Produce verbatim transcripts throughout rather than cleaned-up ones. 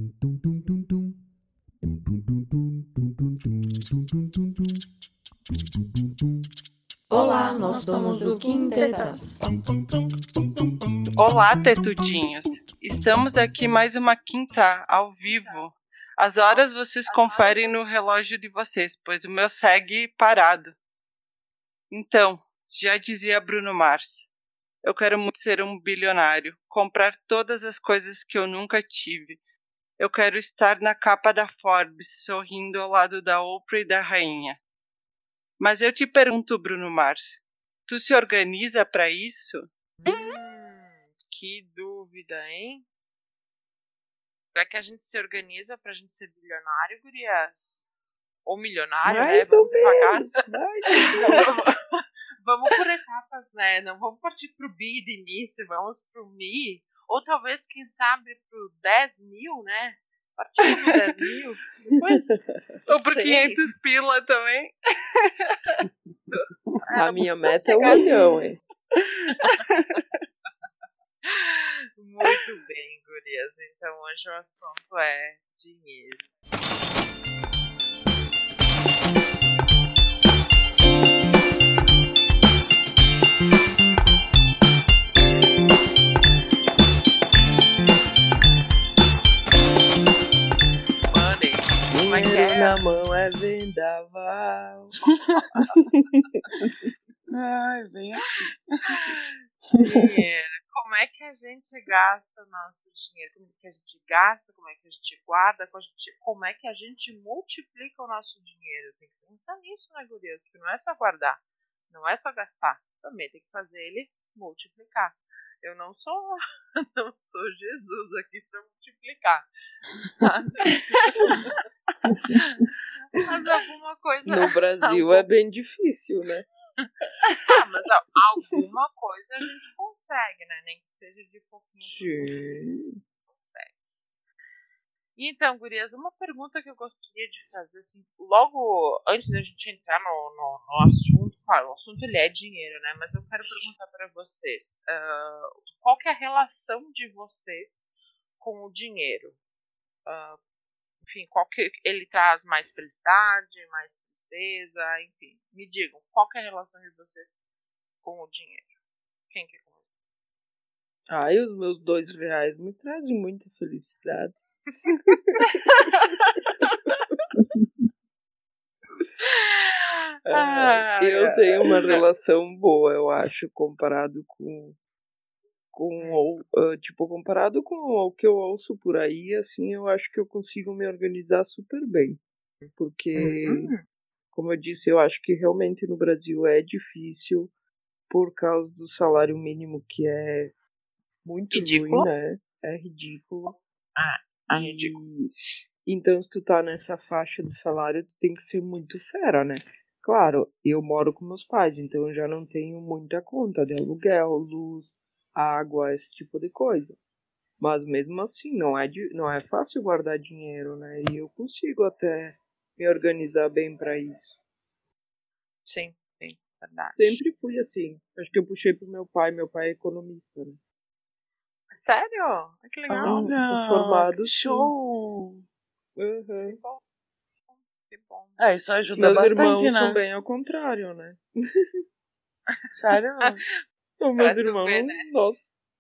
Olá, nós somos o Quintetas. Olá, tetudinhos. Estamos aqui mais uma quinta ao vivo. As horas vocês conferem no relógio de vocês, pois o meu segue parado. Então, já dizia Bruno Mars, eu quero muito ser um bilionário, comprar todas as coisas que eu nunca tive. Eu quero estar na capa da Forbes, sorrindo ao lado da Oprah e da rainha. Mas eu te pergunto, Bruno Mars, tu se organiza para isso? Hum, que dúvida, hein? Será que a gente se organiza pra gente ser bilionário, gurias? Ou milionário, mais né? Vamos devagar. Menos, Vamos por etapas, né? Não vamos partir pro bi de início, vamos pro mi. Ou talvez, quem sabe, pro dez mil, né? Partir pro dez mil. Depois, Ou pro sei. quinhentos pila também? A minha meta é um milhão, hein? Muito bem, gurias. Então hoje o assunto é dinheiro. Money. Como é que Dinheiro é? na mão é vendaval. Ai, bem assim. Dinheiro. Como é que a gente gasta o nosso dinheiro? Como é que a gente gasta? Como é que a gente guarda? Como, a gente, como é que a gente multiplica o nosso dinheiro? Tem que pensar nisso, né, gurias? Porque não é só guardar, não é só gastar. Também tem que fazer ele multiplicar. Eu não sou, não sou Jesus aqui para multiplicar. Mas alguma coisa. No Brasil é bem difícil, né? Ah, mas ó, alguma coisa a gente consegue, né? Nem que seja de pouquinho. Sim. E então, gurias, uma pergunta que eu gostaria de fazer, assim, logo antes da gente entrar no, no, no assunto, claro, o assunto ele é dinheiro, né? Mas eu quero perguntar para vocês, uh, qual que é a relação de vocês com o dinheiro? Uh, enfim, qual que ele traz mais felicidade, mais tristeza, enfim, me digam, qual que é a relação de vocês com o dinheiro? Quem quer começar? Ai, os meus dois reais me trazem muita felicidade. Ah, É, eu tenho uma relação boa, eu acho, comparado com, com ou, uh, tipo, comparado com o que eu ouço por aí, assim, eu acho que eu consigo me organizar super bem. Porque, Uhum. como eu disse, eu acho que realmente no Brasil é difícil por causa do salário mínimo, que é muito Ridículo. ruim, né? É ridículo. Ah, E- ridículo. Então, se tu tá nessa faixa de salário, tu tem que ser muito fera, né? Claro, eu moro com meus pais, então eu já não tenho muita conta de aluguel, luz, água, esse tipo de coisa. Mas mesmo assim, não é, di- não é fácil guardar dinheiro, né? E eu consigo até me organizar bem pra isso. Sim, sim, verdade. Sempre fui assim. Acho que eu puxei pro meu pai, meu pai é economista, né? Sério? Ah, que legal. Olha, Olha, formado, que sim. show! Uhum. Que bom. Que bom. É, isso ajuda Meus bastante, irmãos né? são bem ao contrário, né? Sério? Os meus Pra tu irmãos, ver, não- nossa.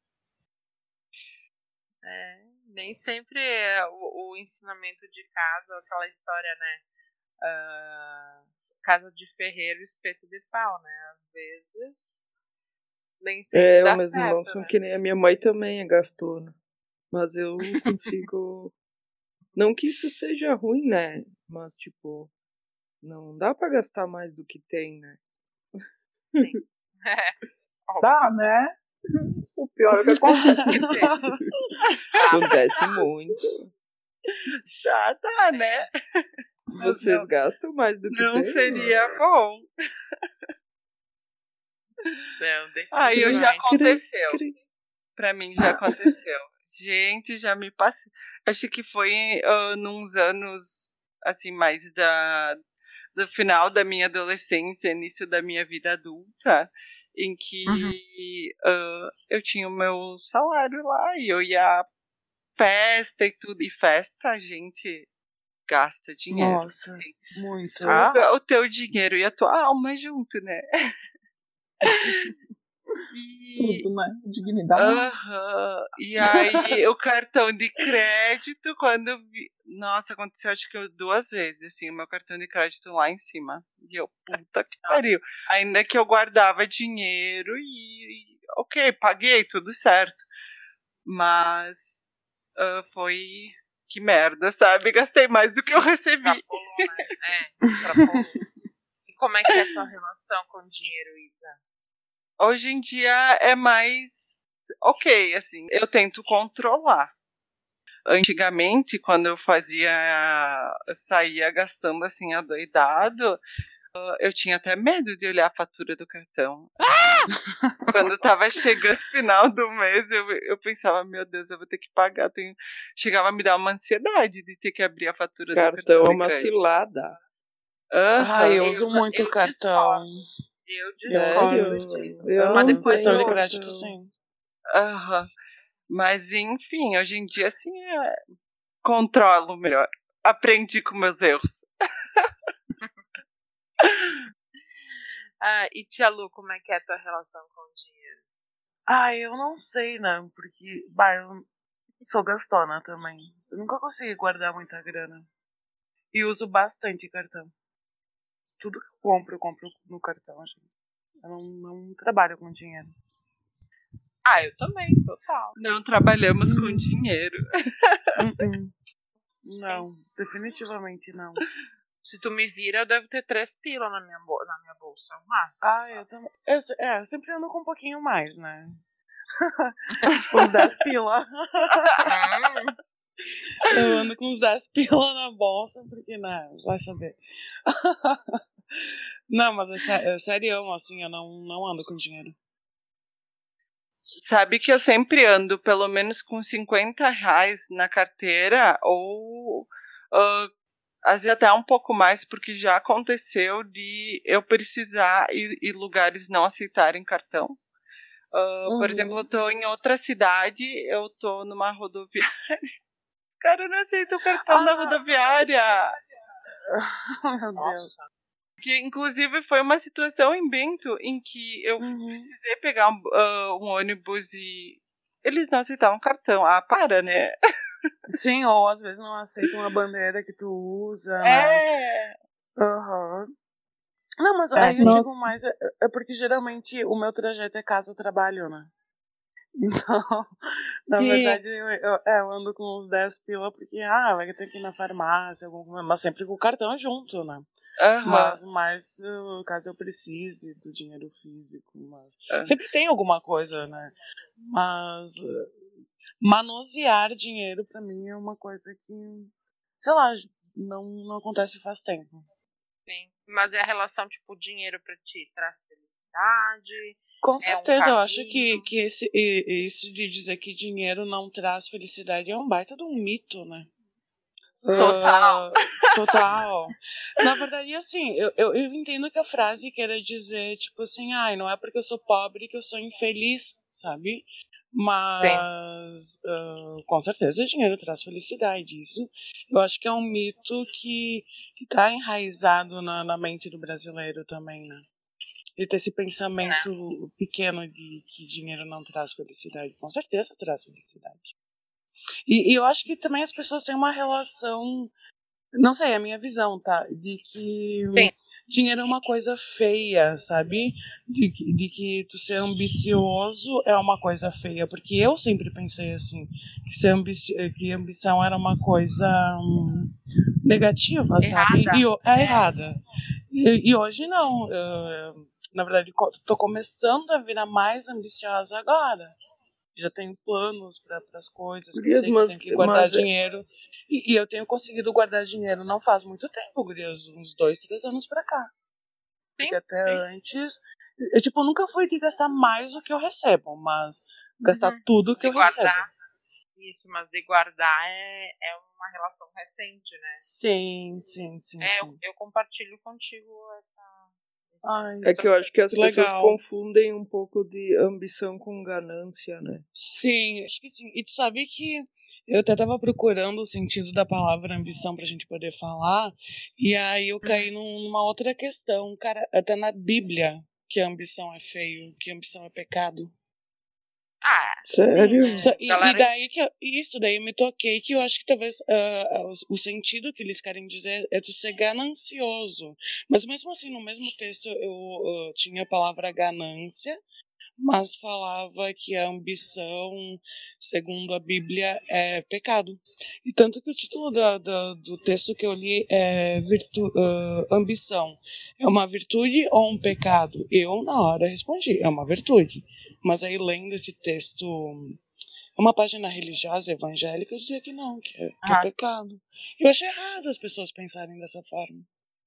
É, nem sempre é o, o ensinamento de casa, aquela história, né? Ah, casa de ferreiro, espeto de pau, né? Às vezes, nem sempre É, dá os meus certo, irmãos são né? que nem a minha mãe também é gastona. Mas eu consigo. Não que isso seja ruim, né? Mas, tipo, não dá pra gastar mais do que tem, né? Sim. É, óbvio. Tá, né? O pior é que acontece. Acontece muito. Já tá, né? Vocês não- gastam mais do que Não tem? seria bom. Não, Ah, eu já definitivamente. aconteceu. Cri, cri. Pra mim já aconteceu. Gente, já me passei. Acho que foi uh, nos anos, assim, mais da, do final da minha adolescência, início da minha vida adulta, em que Uhum. uh, eu tinha o meu salário lá e eu ia festa e tudo. E festa, a gente gasta dinheiro. Nossa, assim. muito. Suga o teu dinheiro e a tua alma junto, né? E, Tudo, né? Dignidade. aham. E aí, o cartão de crédito, quando eu vi. Nossa, aconteceu acho que duas vezes, assim, o meu cartão de crédito lá em cima. E eu, puta que pariu. Ainda que eu guardava dinheiro e. Ok, paguei, tudo certo. Mas ah, foi. Que merda, sabe? Gastei mais do que eu recebi. Extrapolou, né? É, extrapolou. E como é que é a tua relação com o dinheiro, Isa? Hoje em dia é mais ok, assim, eu tento controlar. Antigamente, quando eu fazia, saía gastando assim adoidado, ah, eu tinha até medo de olhar a fatura do cartão. Quando tava chegando o final do mês, eu, eu pensava, meu Deus, eu vou ter que pagar. Tenho... Chegava a me dar uma ansiedade de ter que abrir a fatura do Cartão cartão é de uma crédito. cilada. Ai, eu Aham. uso Eu- muito eu cartão. Eu Sério? discordo disso. Eu Mas não depois Cartão de eu- crédito, cartão. sim. Aham. Mas enfim, hoje em dia assim é... controlo melhor. Aprendi com meus erros. Ah, e tia Lu, como é que é a tua relação com o dinheiro? Ai, eu não sei, né? Porque, bah, eu sou gastona também. Eu nunca consegui guardar muita grana. E uso bastante cartão. Tudo que eu compro, eu compro no cartão, gente. Eu não, não trabalho com dinheiro. Ah, eu também, total. Não trabalhamos com Hum. dinheiro. Uh-uh. Não, definitivamente não. Se tu me vira, eu devo ter três pila na minha, bo- na minha bolsa. O máximo. Ah, eu também. Eu, se- é, eu sempre ando com um pouquinho mais, né? Tipo, uns dez pila. Hum, Eu ando com uns dez pila na bolsa, porque, né, vai saber. Não, mas é, sé- é sério, assim, eu não, não ando com dinheiro. Sabe que eu sempre ando pelo menos com cinquenta reais na carteira ou ah, às vezes até um pouco mais, porque já aconteceu de eu precisar ir em lugares não aceitarem cartão. Ah, Por Uhum. exemplo, eu tô em outra cidade, eu tô numa rodoviária. Os caras não aceitam o cartão Ah. da rodoviária. Meu Deus. Que inclusive foi uma situação em Bento em que eu Uhum. precisei pegar um, ah, um ônibus e eles não aceitavam cartão. Ah, para, né? Sim, ou às vezes não aceitam a bandeira que tu usa, né? É. Aham. Não, mas É, aí eu nossa. digo mais, é, é porque geralmente o meu trajeto é casa-trabalho, né? Então, na Sim. verdade, eu, eu, é, eu ando com uns dez pila, porque, ah, vai ter que ir na farmácia, algum, mas sempre com o cartão junto, né? Aham. Mas, mas uh, caso eu precise do dinheiro físico, mas Ah. sempre tem alguma coisa, né? Mas uh, manusear dinheiro pra mim é uma coisa que, sei lá, não, não acontece faz tempo. sim. Mas é a relação, tipo, dinheiro pra ti traz felicidade? Com um certeza, eu acho caminho. que, que esse, e- isso de dizer que dinheiro não traz felicidade é um baita de um mito, né? Total. Ah, total. Na verdade, assim, eu, eu, eu entendo que a frase queira dizer, tipo assim, ai, não é porque eu sou pobre que eu sou infeliz, sabe? Mas, ah, com certeza, o dinheiro traz felicidade. Isso eu acho que é um mito que, que tá enraizado na, na mente do brasileiro também, né? E ter esse pensamento pequeno de que dinheiro não traz felicidade. Com certeza traz felicidade. E, e eu acho que também as pessoas têm uma relação, não sei, é a minha visão, tá? De que Sim. dinheiro é uma coisa feia, sabe? De que, de que tu ser ambicioso é uma coisa feia. Porque eu sempre pensei assim, que, ser ambici que ambição era uma coisa hum, negativa, sabe? Errada. E, o- é, É. errada. E, e hoje não. Eu, na verdade, co- tô começando a virar mais ambiciosa agora. Já tenho planos para as coisas, que eu Gurias, sei que eu mas- tenho que guardar mas é- dinheiro. E, e eu tenho conseguido guardar dinheiro não faz muito tempo, gurias, uns dois, três anos pra cá. Sim, Porque até sim. antes, eu tipo, nunca fui de gastar mais do que eu recebo, mas gastar Uhum. tudo que De eu recebo. guardar. Isso, mas de guardar é, é uma relação recente, né? Sim, sim, sim, É, eu, sim. eu compartilho contigo essa. essa Ai, É que eu acho que as Que pessoas legal. confundem um pouco de ambição com ganância, né? sim, acho que sim. E tu sabe que Eu até tava procurando o sentido da palavra ambição pra gente poder falar, e aí eu caí num- numa outra questão, cara, até na Bíblia, que a ambição é feio, que a ambição é pecado. Ah, Sério? sim, né? Só- e, Galera, e daí que eu- isso, daí eu me toquei que eu acho que talvez ah, ah, o, o sentido que eles querem dizer é tu ser ganancioso. Mas mesmo assim, no mesmo texto eu ah, tinha a palavra ganância, mas falava que a ambição, segundo a Bíblia, é pecado. E tanto que o título da, da- do texto que eu li é virtu, ah, ambição. É uma virtude ou um pecado? Eu, na hora, respondi, é uma virtude. Mas aí, lendo esse texto, uma página religiosa evangélica, eu dizia que não, que é, que é Ah. pecado. Eu achei errado as pessoas pensarem dessa forma.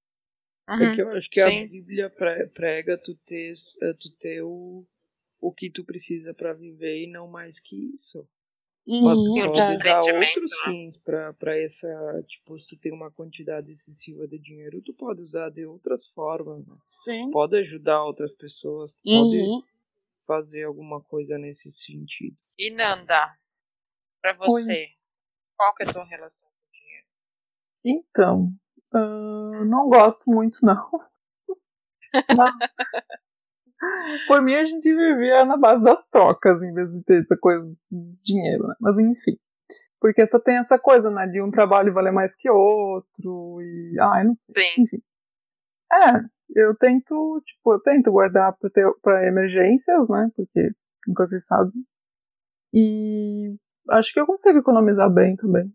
É que eu acho que a sim. Bíblia pre- prega tu ter, eh, tu ter o, o que tu precisa pra viver e não mais que isso. Mas tu Uhum, o pode é. dar desprendimento, outros né? fins pra, pra essa. Tipo, se tu tem uma quantidade excessiva de dinheiro, tu pode usar de outras formas, né? Sim. Pode ajudar outras pessoas, pode Uhum. fazer alguma coisa nesse sentido. E Nanda, pra você, qual que é a tua relação com o dinheiro? Então, ah, não gosto muito, não. Mas, por mim, a gente vivia na base das trocas, em vez de ter essa coisa de dinheiro, né? Mas, enfim. Porque só tem essa coisa, né? De um trabalho valer mais que outro e... Ah, eu não sei. Sim. Enfim. É, eu tento, tipo, eu tento guardar pra, ter, pra emergências, né? Porque, nunca se sabe. E acho que eu consigo economizar bem também.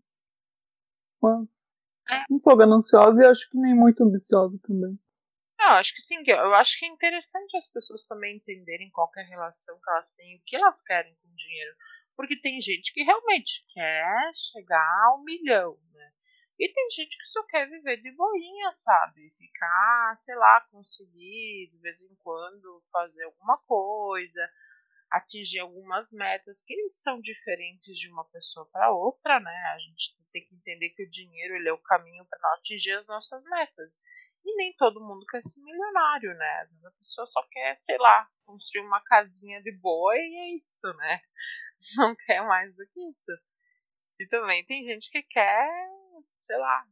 Mas É. não sou gananciosa e acho que nem muito ambiciosa também. Não, eu acho que sim. que Eu eu acho que é interessante as pessoas também entenderem qual que é a relação que elas têm, o que elas querem com o dinheiro. Porque tem gente que realmente quer chegar ao milhão, né? E tem gente que só quer viver de boinha, sabe? Ficar, sei lá, conseguir de vez em quando fazer alguma coisa, atingir algumas metas que são diferentes de uma pessoa para outra, né? A gente tem que entender que o dinheiro ele é o caminho para nós atingir as nossas metas. E nem todo mundo quer ser milionário, né? Às vezes a pessoa só quer, sei lá, construir uma casinha de boa e é isso, né? Não quer mais do que isso. E também tem gente que quer, sei lá,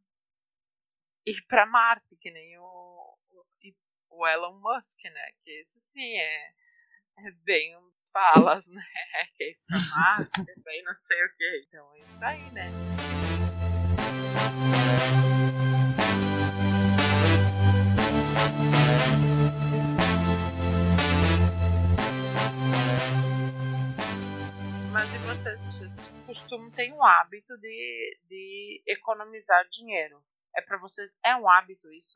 ir para Marte, que nem o, o, o Elon Musk, né? Que esse sim é, é bem uns falas, né? Que é ir pra Marte, é bem não sei o que. Então é isso aí, né? Mas e vocês, vocês costumam ter um hábito de, de economizar dinheiro? É pra vocês, é um hábito isso?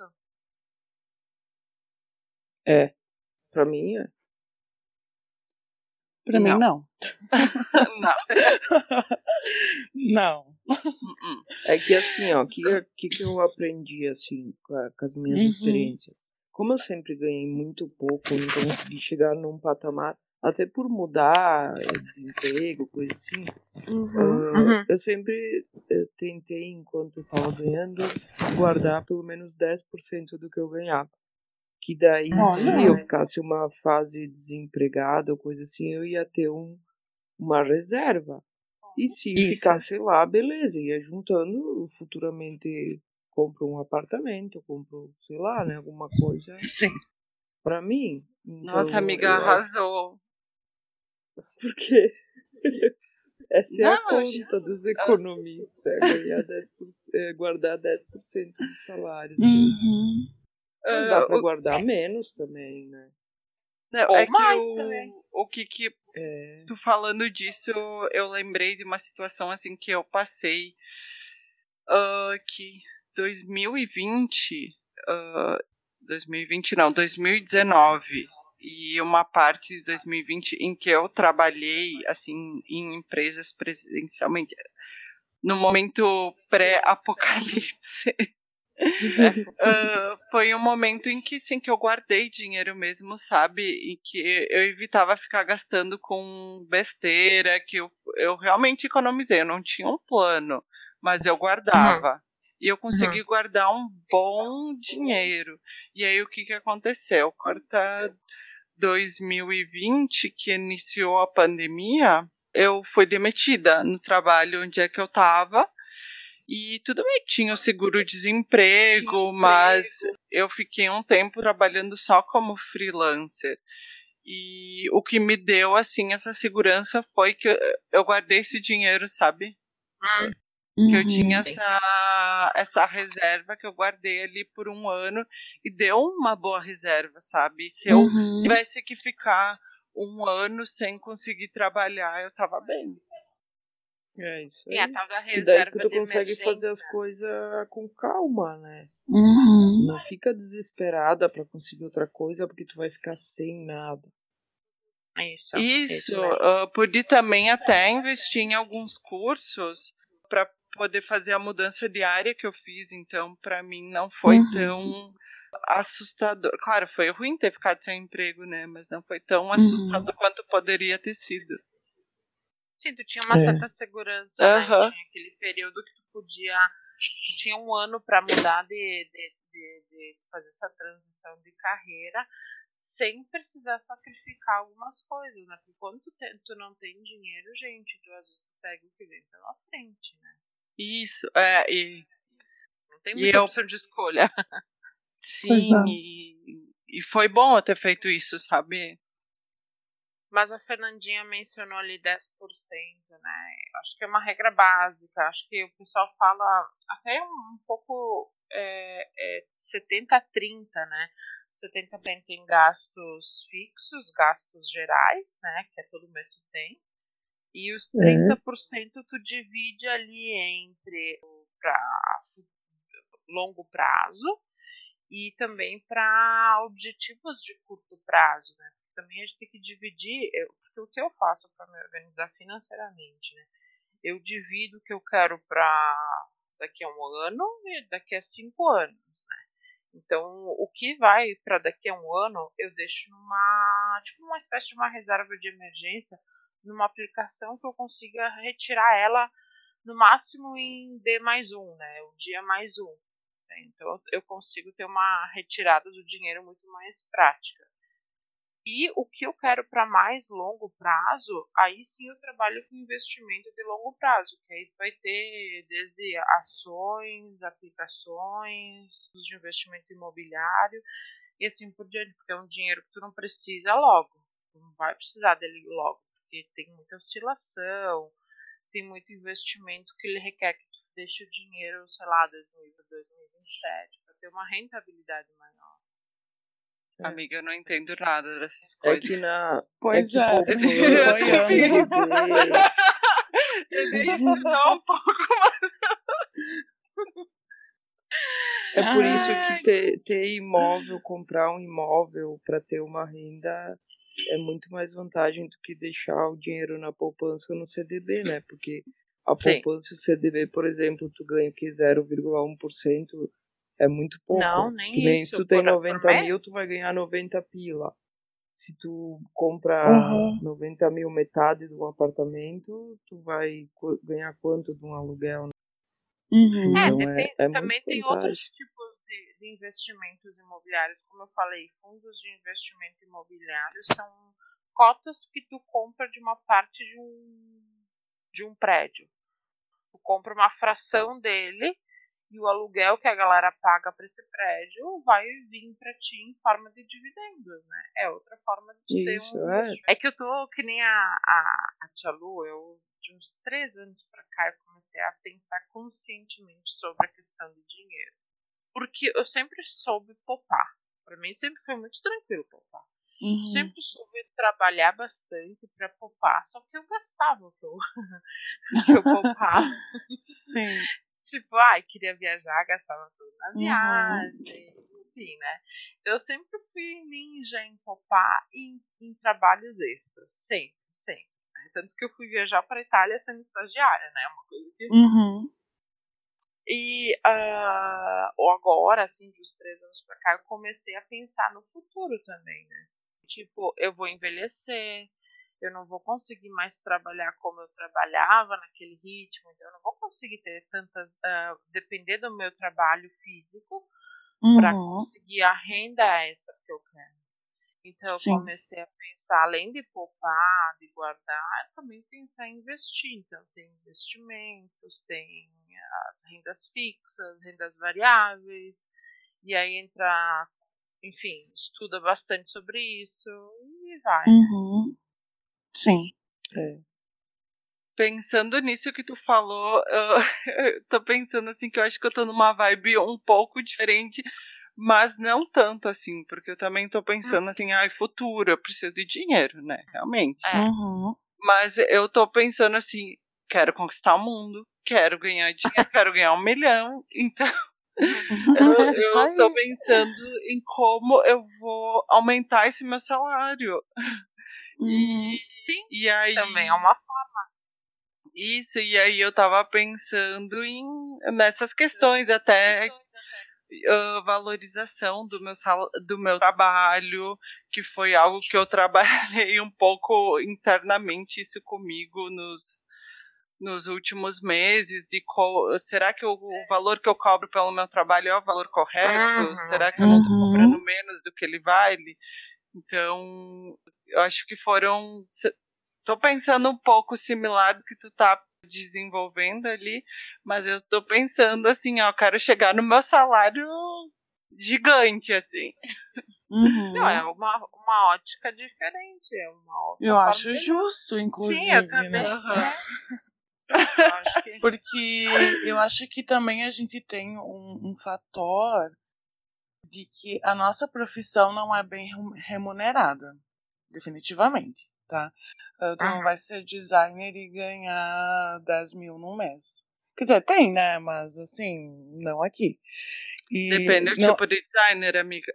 É, pra mim é. Pra mim, não. Não. Não. Uh-uh. É que assim, ó, o que, que, que eu aprendi, assim, com, a- com as minhas Uhum. experiências? Como eu sempre ganhei muito pouco, não consegui chegar num patamar, até por mudar eh, de emprego, coisa assim, Uhum. ah, Uhum. eu sempre eh, tentei, enquanto eu tava ganhando, guardar pelo menos dez por cento do que eu ganhava. Que daí, se Olha. eu ficasse uma fase desempregada ou coisa assim, eu ia ter um, uma reserva. E se Isso. ficasse lá, beleza, ia juntando, futuramente compro um apartamento, compro, sei lá, né, alguma coisa Sim. pra mim. Então, Nossa, amiga, eu acho- arrasou. Porque essa é a Não, eu já- conta dos economistas, é ganhar dez por cento, é guardar dez por cento do salário. Uhum. Mas Ah, dá pra o- guardar menos também, né? Não, Ou é que mais o, também. o que que É, tu falando disso, eu lembrei de uma situação assim que eu passei, ah, que dois mil e vinte, ah, dois mil e vinte não, dois mil e dezenove e uma parte de dois mil e vinte em que eu trabalhei assim em empresas presencialmente no momento pré-apocalipse. Uh, foi um momento em que sim, que eu guardei dinheiro mesmo, sabe? Em que eu evitava ficar gastando com besteira, que eu, eu realmente economizei, eu não tinha um plano, mas eu guardava. E eu consegui guardar um bom dinheiro. E aí o que, que aconteceu? Corta dois mil e vinte, que iniciou a pandemia, eu fui demitida no trabalho onde é que eu tava. E tudo bem, tinha o seguro-desemprego, mas eu fiquei um tempo trabalhando só como freelancer. E o que me deu, assim, essa segurança foi que eu guardei esse dinheiro, sabe? Uhum. Que eu tinha essa, essa reserva que eu guardei ali por um ano e deu uma boa reserva, sabe? Se eu Uhum. tivesse que ficar um ano sem conseguir trabalhar, eu tava bem. É isso Tem a aí. tal da E daí reserva que tu de consegue fazer as emergência. coisas com calma, né? Uhum. Não fica desesperada pra conseguir outra coisa porque tu vai ficar sem nada. Isso, Isso, isso mesmo. uh, pude também até investir em alguns cursos para poder fazer a mudança de área que eu fiz, então para mim não foi Uhum. tão assustador. Claro, foi ruim ter ficado sem emprego, né? Mas não foi tão Uhum. assustador quanto poderia ter sido. Sim, tu tinha uma É. certa segurança, Aham. né? Tinha aquele período que tu podia. Tu tinha um ano pra mudar de, de, de, de fazer essa transição de carreira sem precisar sacrificar algumas coisas, né? Porque quando tu, te, tu não tem dinheiro, gente, tu às vezes pega o que vem pela frente, né? Isso, é, e, Não tem e muita eu, opção de escolha. Pois sim, é. e, e foi bom eu ter feito isso, sabe? Mas a Fernandinha mencionou ali dez por cento, né? Acho que é uma regra básica. Acho que o pessoal fala até um, um pouco é, é, setenta a trinta, né? setenta por cento em gastos fixos, gastos gerais, né? Que é todo mês tu tem. E os trinta por cento tu divide ali entre para longo prazo e também para objetivos de curto prazo, né? Também a gente tem que dividir, eu, porque o que eu faço para me organizar financeiramente, né? Eu divido o que eu quero para daqui a um ano e daqui a cinco anos, né? Então, o que vai para daqui a um ano, eu deixo numa, tipo, uma espécie de uma reserva de emergência, numa aplicação que eu consiga retirar ela no máximo em D mais um, né? O dia mais um. Né? Então, eu consigo ter uma retirada do dinheiro muito mais prática. E o que eu quero para mais longo prazo, aí sim eu trabalho com investimento de longo prazo, que aí vai ter desde ações, aplicações, de investimento imobiliário e assim por diante, porque é um dinheiro que tu não precisa logo, tu não vai precisar dele logo, porque tem muita oscilação, tem muito investimento que ele requer que tu deixe o dinheiro, sei lá, dois mil e vinte e sete, para ter uma rentabilidade maior. É. Amiga, eu não entendo nada dessas É coisas. que na. Pois é. é, Que eu poupança, fiquei boiando. C D B, Ele ensinou um pouco mais. É por isso Ai. que ter, ter imóvel, comprar um imóvel para ter uma renda é muito mais vantagem do que deixar o dinheiro na poupança ou no C D B, né? Porque a Sim. poupança e o C D B, por exemplo, tu ganha que zero vírgula um por cento é muito pouco. Não, nem que nem isso. se tu tem Por- por noventa mês? mil, tu vai ganhar noventa pila. Se tu compra Uhum. noventa mil, metade de um apartamento, tu vai qu- ganhar quanto de um aluguel? Né? Uhum. É, Então depende, é, é também muito tem vantagem. outros tipos de, de investimentos imobiliários, como eu falei, fundos de investimento imobiliário são cotas que tu compra de uma parte de um, de um prédio. Tu compra uma fração dele e o aluguel que a galera paga para esse prédio vai vir para ti em forma de dividendos, né? É outra forma de ter Isso, um é. investimento. É que eu tô que nem a, a, a Tia Lu, eu de uns três anos para cá eu comecei a pensar conscientemente sobre a questão do dinheiro. Porque eu sempre soube poupar. Para mim sempre foi muito tranquilo poupar. Uhum. Sempre soube trabalhar bastante para poupar, só que eu gastava o que eu, que eu poupava. Sim. Tipo, ai, queria viajar, gastava tudo na Uhum. viagem, enfim, né? Eu sempre fui ninja em poupar e em, em trabalhos extras, sempre, sempre. Né? Tanto que eu fui viajar para a Itália sendo estagiária, né? Uma coisa que... Uhum. E uh, agora, assim, de uns três anos pra cá, eu comecei a pensar no futuro também, né? Tipo, eu vou envelhecer, eu não vou conseguir mais trabalhar como eu trabalhava naquele ritmo, então eu não vou conseguir ter tantas, uh, depender do meu trabalho físico para Uhum. conseguir a renda extra que eu quero. Então eu Sim. comecei a pensar, além de poupar, de guardar, também pensar em investir. Então tem investimentos, tem as rendas fixas, rendas variáveis, e aí entra, enfim, estuda bastante sobre isso e vai. Uhum. Sim. É. Pensando nisso que tu falou, eu, eu tô pensando assim que eu acho que eu tô numa vibe um pouco diferente, mas não tanto assim, porque eu também tô pensando assim, ai, futuro, eu preciso de dinheiro, né? Realmente. É. Uhum. Mas eu tô pensando assim, quero conquistar o mundo, quero ganhar dinheiro, quero ganhar um milhão, então eu, Isso eu tô aí. pensando em como eu vou aumentar esse meu salário. Uhum. E, Sim, e aí. também é uma Isso, e aí eu tava pensando em nessas questões até uh, valorização do meu, sal, do meu trabalho, que foi algo que eu trabalhei um pouco internamente isso comigo nos, nos últimos meses, de co, será que o, o valor que eu cobro pelo meu trabalho é o valor correto? Uhum. Será que eu não tô Uhum. cobrando menos do que ele vale? Então, eu acho que foram... Tô pensando um pouco similar do que tu tá desenvolvendo ali, mas eu tô pensando assim, ó, eu quero chegar no meu salário gigante, assim. Uhum. Não, é uma, uma ótica diferente, é uma outra Eu forma acho de- justo, inclusive, Sim, eu também. né? Aham. É. Eu acho que Porque eu acho que também a gente tem um, um fator de que a nossa profissão não é bem remunerada, definitivamente, tá? Uh, Tu não Uhum. vai ser designer e ganhar dez mil no mês. Quer dizer, tem, né? Mas assim, não aqui. E Depende do não, tipo de designer, amiga.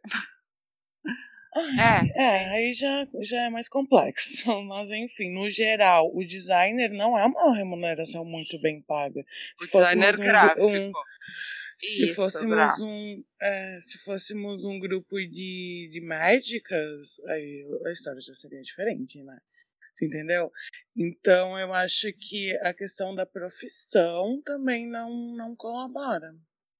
É, É, aí já, já é mais complexo. Mas enfim, no geral, o designer não é uma remuneração muito bem paga. O Se designer fôssemos um, gráfico. um se Isso, fôssemos gráfico. um é, se fôssemos um grupo de, de médicas, aí a história já seria diferente, né? Você entendeu? Então eu acho que a questão da profissão também não, não colabora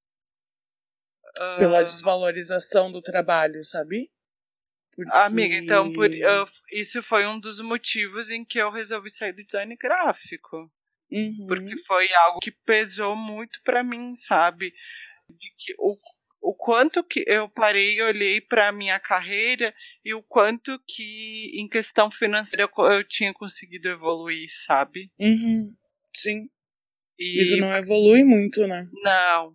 pela Ah, desvalorização do trabalho, sabe? Porque amiga, então, por, eu- isso foi um dos motivos em que eu resolvi sair do design gráfico. Uhum. Porque foi algo que pesou muito pra mim, sabe? De que o, o quanto que eu parei e olhei pra minha carreira e o quanto que, em questão financeira, eu, co- eu tinha conseguido evoluir, sabe? Uhum. Sim. Isso E não evolui muito, né? não.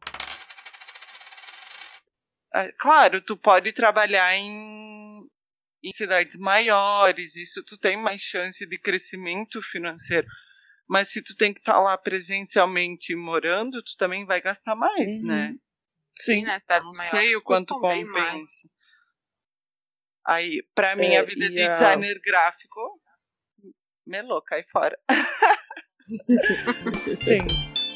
É, claro, tu pode trabalhar em, em cidades maiores, isso tu tem mais chance de crescimento financeiro. Mas se tu tem que estar lá presencialmente morando, tu também vai gastar mais, Uhum. né? Sim, Sim. né? Cidades Não maiores sei o quanto custam bem mais. compensa. Aí, pra mim, a É, vida e de a- designer gráfico, melou, cai fora. Sim.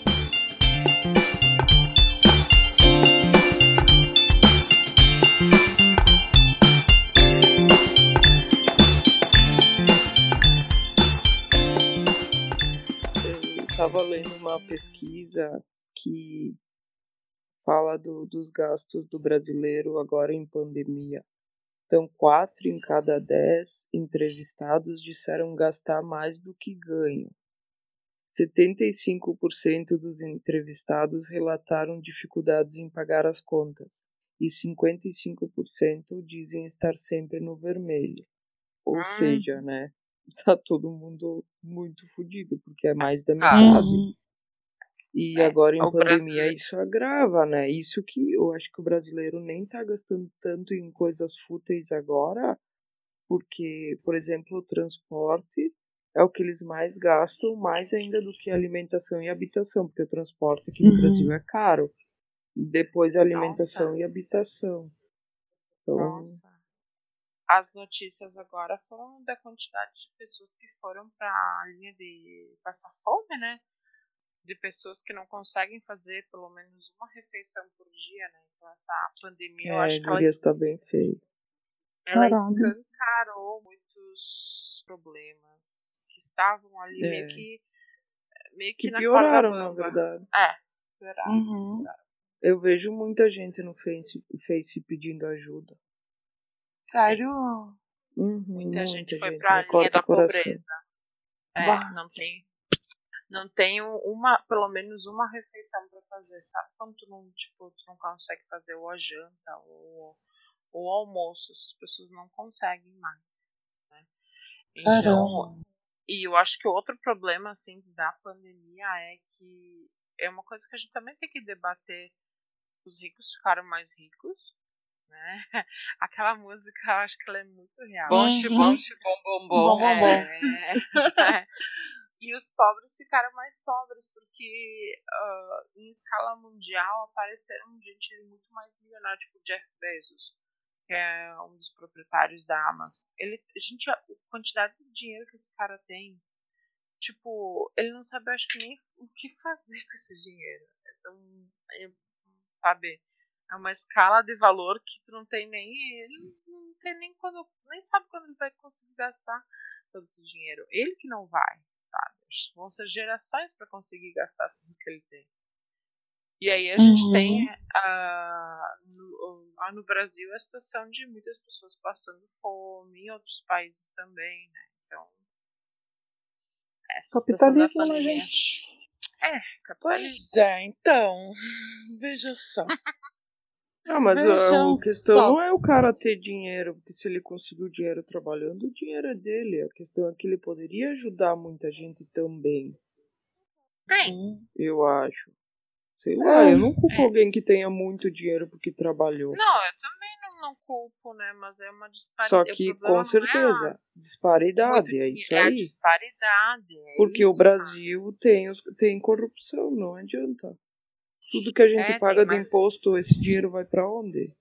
Eu estava lendo uma pesquisa que fala do- dos gastos do brasileiro agora em pandemia. Então, quatro em cada dez entrevistados disseram gastar mais do que ganham. setenta e cinco por cento dos entrevistados relataram dificuldades em pagar as contas e cinquenta e cinco por cento dizem estar sempre no vermelho. Ou Hum. seja, né, tá todo mundo muito fodido, porque é mais da Ah. metade. Uhum. E É, agora em o pandemia brasileiro- isso agrava, né? Isso que eu acho que o brasileiro nem tá gastando tanto em coisas fúteis agora, porque, por exemplo, o transporte é o que eles mais gastam, mais ainda do que alimentação e habitação, porque o transporte aqui no Uhum. Brasil é caro. Depois a alimentação Nossa. e habitação. Então, Nossa. As notícias agora foram da quantidade de pessoas que foram para a linha de passar fome, né? De pessoas que não conseguem fazer pelo menos uma refeição por dia, né? Então essa pandemia, eu é, acho que ela, gurias tá bem feio. ela Caralho. escancarou muitos problemas que estavam ali É. meio que meio que, Que na corda pioraram, na bamba. verdade. É, pioraram. Uhum. Eu vejo muita gente no Face, Face pedindo ajuda. Sério? Uhum, Muita gente muita foi gente, pra me linha corta da o coração. pobreza. É, Bah. não tem, não tem uma, pelo menos uma refeição pra fazer, sabe? Quando tu não, tipo, tu não consegue fazer ou a janta ou o almoço, essas pessoas não conseguem mais, né? Então, Caramba. e eu acho que outro problema, assim, da pandemia é que é uma coisa que a gente também tem que debater. Os ricos ficaram mais ricos, né? Aquela música, eu acho que ela é muito real. Bom, xi, Uhum. bom, xi, bom, bom, Bom, bom. bom, bom. É. E os pobres ficaram mais pobres, porque ah, em escala mundial apareceram gente muito mais milionária, tipo Jeff Bezos, que é um dos proprietários da Amazon. Ele, gente, a quantidade de dinheiro que esse cara tem, tipo, ele não sabe, acho que nem o que fazer com esse dinheiro. É um, é, sabe, é uma escala de valor que tu não tem nem, ele não tem nem quando, nem sabe quando ele vai conseguir gastar todo esse dinheiro. Ele que não vai, sabe? Vão ser gerações para conseguir gastar tudo que ele tem. E aí a gente Uhum. tem ah, no, ah, no Brasil a situação de muitas pessoas passando fome, em outros países também, né? Então, essa situação da Capitalismo, né, pandemia. gente? É, capitalismo. Pois é, então, veja só. Ah, mas a, Vejam a questão só. não é o cara ter dinheiro, porque se ele conseguiu dinheiro trabalhando, o dinheiro é dele. A questão é que ele poderia ajudar muita gente também, Tem. Hum. eu acho. Sei lá, eu não culpo É. alguém que tenha muito dinheiro porque trabalhou. Não, eu também não, não culpo, né? Mas é uma disparidade. Só O que, problema com certeza, não é disparidade, muito é dinheiro, isso é a aí. disparidade. É Porque isso, o Brasil tem, os, tem corrupção, não adianta. Tudo que a gente É, paga tem de mais- imposto, esse dinheiro vai pra onde?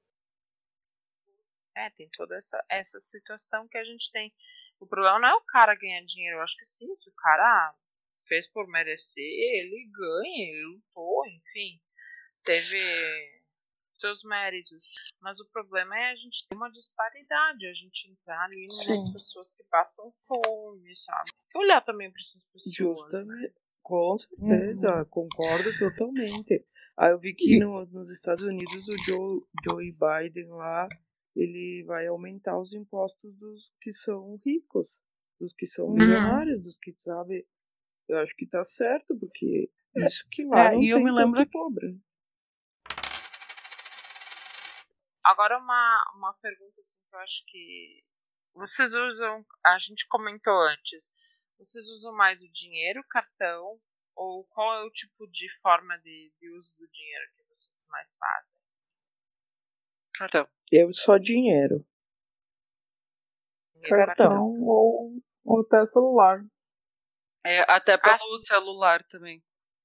É, tem toda essa, essa situação que a gente tem. O problema não é o cara ganhar dinheiro. Eu acho que sim, se o cara fez por merecer, ele ganha, ele lutou, enfim. Teve seus méritos. Mas o problema é a gente ter uma disparidade, a gente entrar ali nas Sim. pessoas que passam fome, sabe? E olhar também para essas pessoas, né? Justamente. Com certeza, concordo totalmente. Aí eu vi que E- no- nos Estados Unidos o Joe, Joe Biden lá, ele vai aumentar os impostos dos que são ricos, dos que são Uhum. milionários, dos que, sabe, eu acho que tá certo, porque isso que lá É, não e eu tem me lembro tanto que- pobre. Agora uma, uma pergunta assim que eu acho que vocês usam, a gente comentou antes, vocês usam mais o dinheiro, cartão, ou qual é o tipo de forma de, de uso do dinheiro que vocês mais fazem? Cartão. Eu só dinheiro. Dinheiro, Cartão. Ou, ou até celular. É, até pelo Ah, sim. celular também.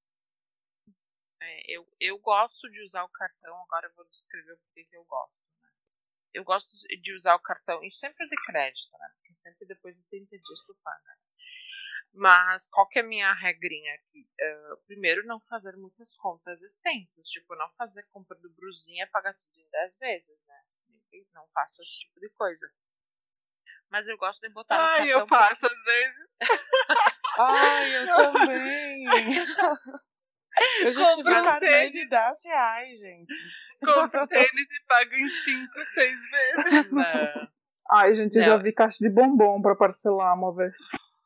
É, eu, eu gosto de usar o cartão, agora eu vou descrever o porquê que eu gosto. Né? Eu gosto de usar o cartão, e sempre de crédito, né? Porque sempre depois de trinta dias tu paga. Mas qual que é a minha regrinha aqui? Uh, primeiro, não fazer muitas contas extensas. Tipo, não fazer compra do brusinha e pagar tudo em dez vezes, né? Não faço esse tipo de coisa. Mas eu gosto de botar no Ai, cartão. eu faço às vezes. Ai, eu também. Eu já tive Compra um carnê tênis. de dez reais, gente. Compro tênis e pago em cinco, seis vezes. Não. Ai, gente, eu Não. já vi caixa de bombom pra parcelar uma vez.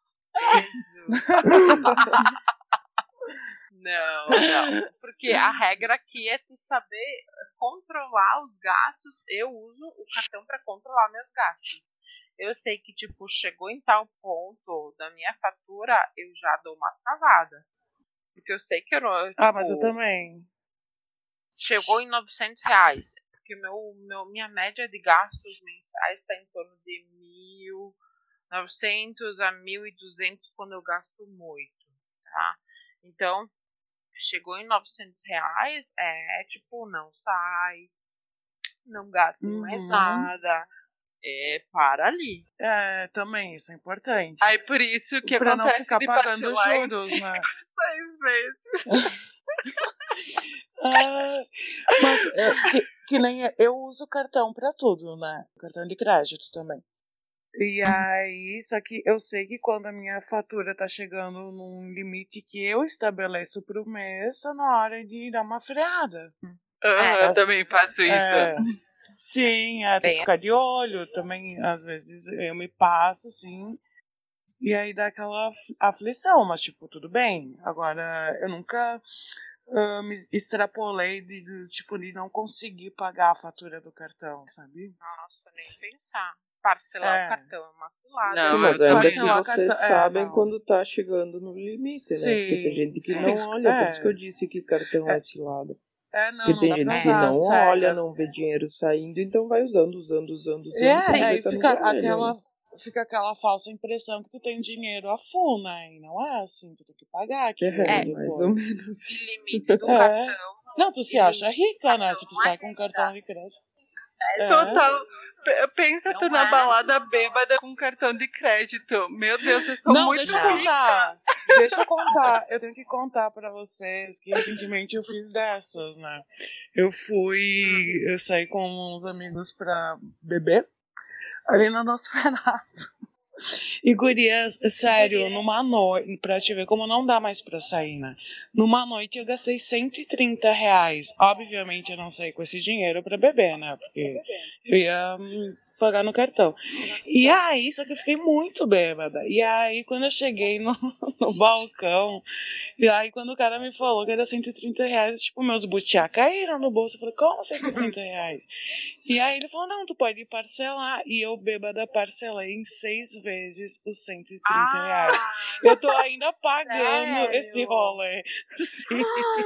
Não, não. Porque a regra aqui é tu saber controlar os gastos. Eu uso o cartão para controlar meus gastos. Eu sei que, tipo, chegou em tal ponto da minha fatura, eu já dou uma travada. Porque eu sei que eu não. Tipo, Ah, mas eu também. chegou em novecentos reais. Porque meu, meu, minha média de gastos mensais está em torno de mil e novecentos a mil e duzentos quando eu gasto muito, tá? Então, chegou em novecentos reais, é tipo, não sai, não gasta em mais Uhum. nada, é, para ali. É, também, isso é importante. Aí por isso que Pra não acontece ficar de pagando parcelar em juros, cinco, né? seis vezes. Ah, mas é, que, que nem eu uso cartão pra tudo, né? Cartão de crédito também. E aí, só que eu sei que quando a minha fatura tá chegando num limite que eu estabeleço pro mês, tá na hora de dar uma freada. Aham, É. eu também faço isso. É, Sim, é, tem que ficar de olho também. Às vezes eu me passo, assim, e aí dá aquela aflição, mas, tipo, tudo bem. Agora, eu nunca uh, me extrapolei de, de, tipo, de não conseguir pagar a fatura do cartão, sabe? Nossa, nem pensar. Parcelar É. o cartão é uma cilada. Não, Sim, mas eu ainda também que não. vocês É, sabem não. quando tá chegando no limite, né? Porque tem gente que Sim, não sim. olha, por É. isso que eu disse que cartão é cilada. É, não, Porque não tem dá pra gente que usar não as olha, cegas. não vê dinheiro saindo, então vai usando, usando, usando, usando, É, quando vê aí tá no fica vermelho, aquela, né? fica aquela falsa impressão que tu tem dinheiro a full, né? E não é assim, tu tem que pagar aquilo É, depois. mais ou menos. E limite do É. cartão. Não, tu se E acha limite rica, do né? cartão Se tu não sai é com um rica. cartão de crédito. É. Total. P- Pensa Não tu na é. balada bêbada com cartão de crédito. Meu Deus, eu sou Não, muito deixa eu rica. contar. Deixa eu contar. Eu tenho que contar pra vocês que recentemente eu fiz dessas, né? Eu fui. Eu saí com uns amigos pra beber ali no nosso Nosferatu. E gurias, sério, numa noite, pra te ver como não dá mais pra sair, né? Numa noite eu gastei cento e trinta reais. Obviamente eu não saí com esse dinheiro pra beber, né? Porque eu ia hum, pagar no cartão. E aí, só que eu fiquei muito bêbada. E aí, quando eu cheguei no, no balcão, e aí quando o cara me falou que era cento e trinta reais, tipo, meus butiá caíram no bolso. Eu falei, como cento e trinta reais? E aí ele falou, não, tu pode parcelar. E eu, bêbada, parcelei em seis vezes os cento e trinta reais. Ah, Eu tô ainda pagando sério? esse rolê. Sim.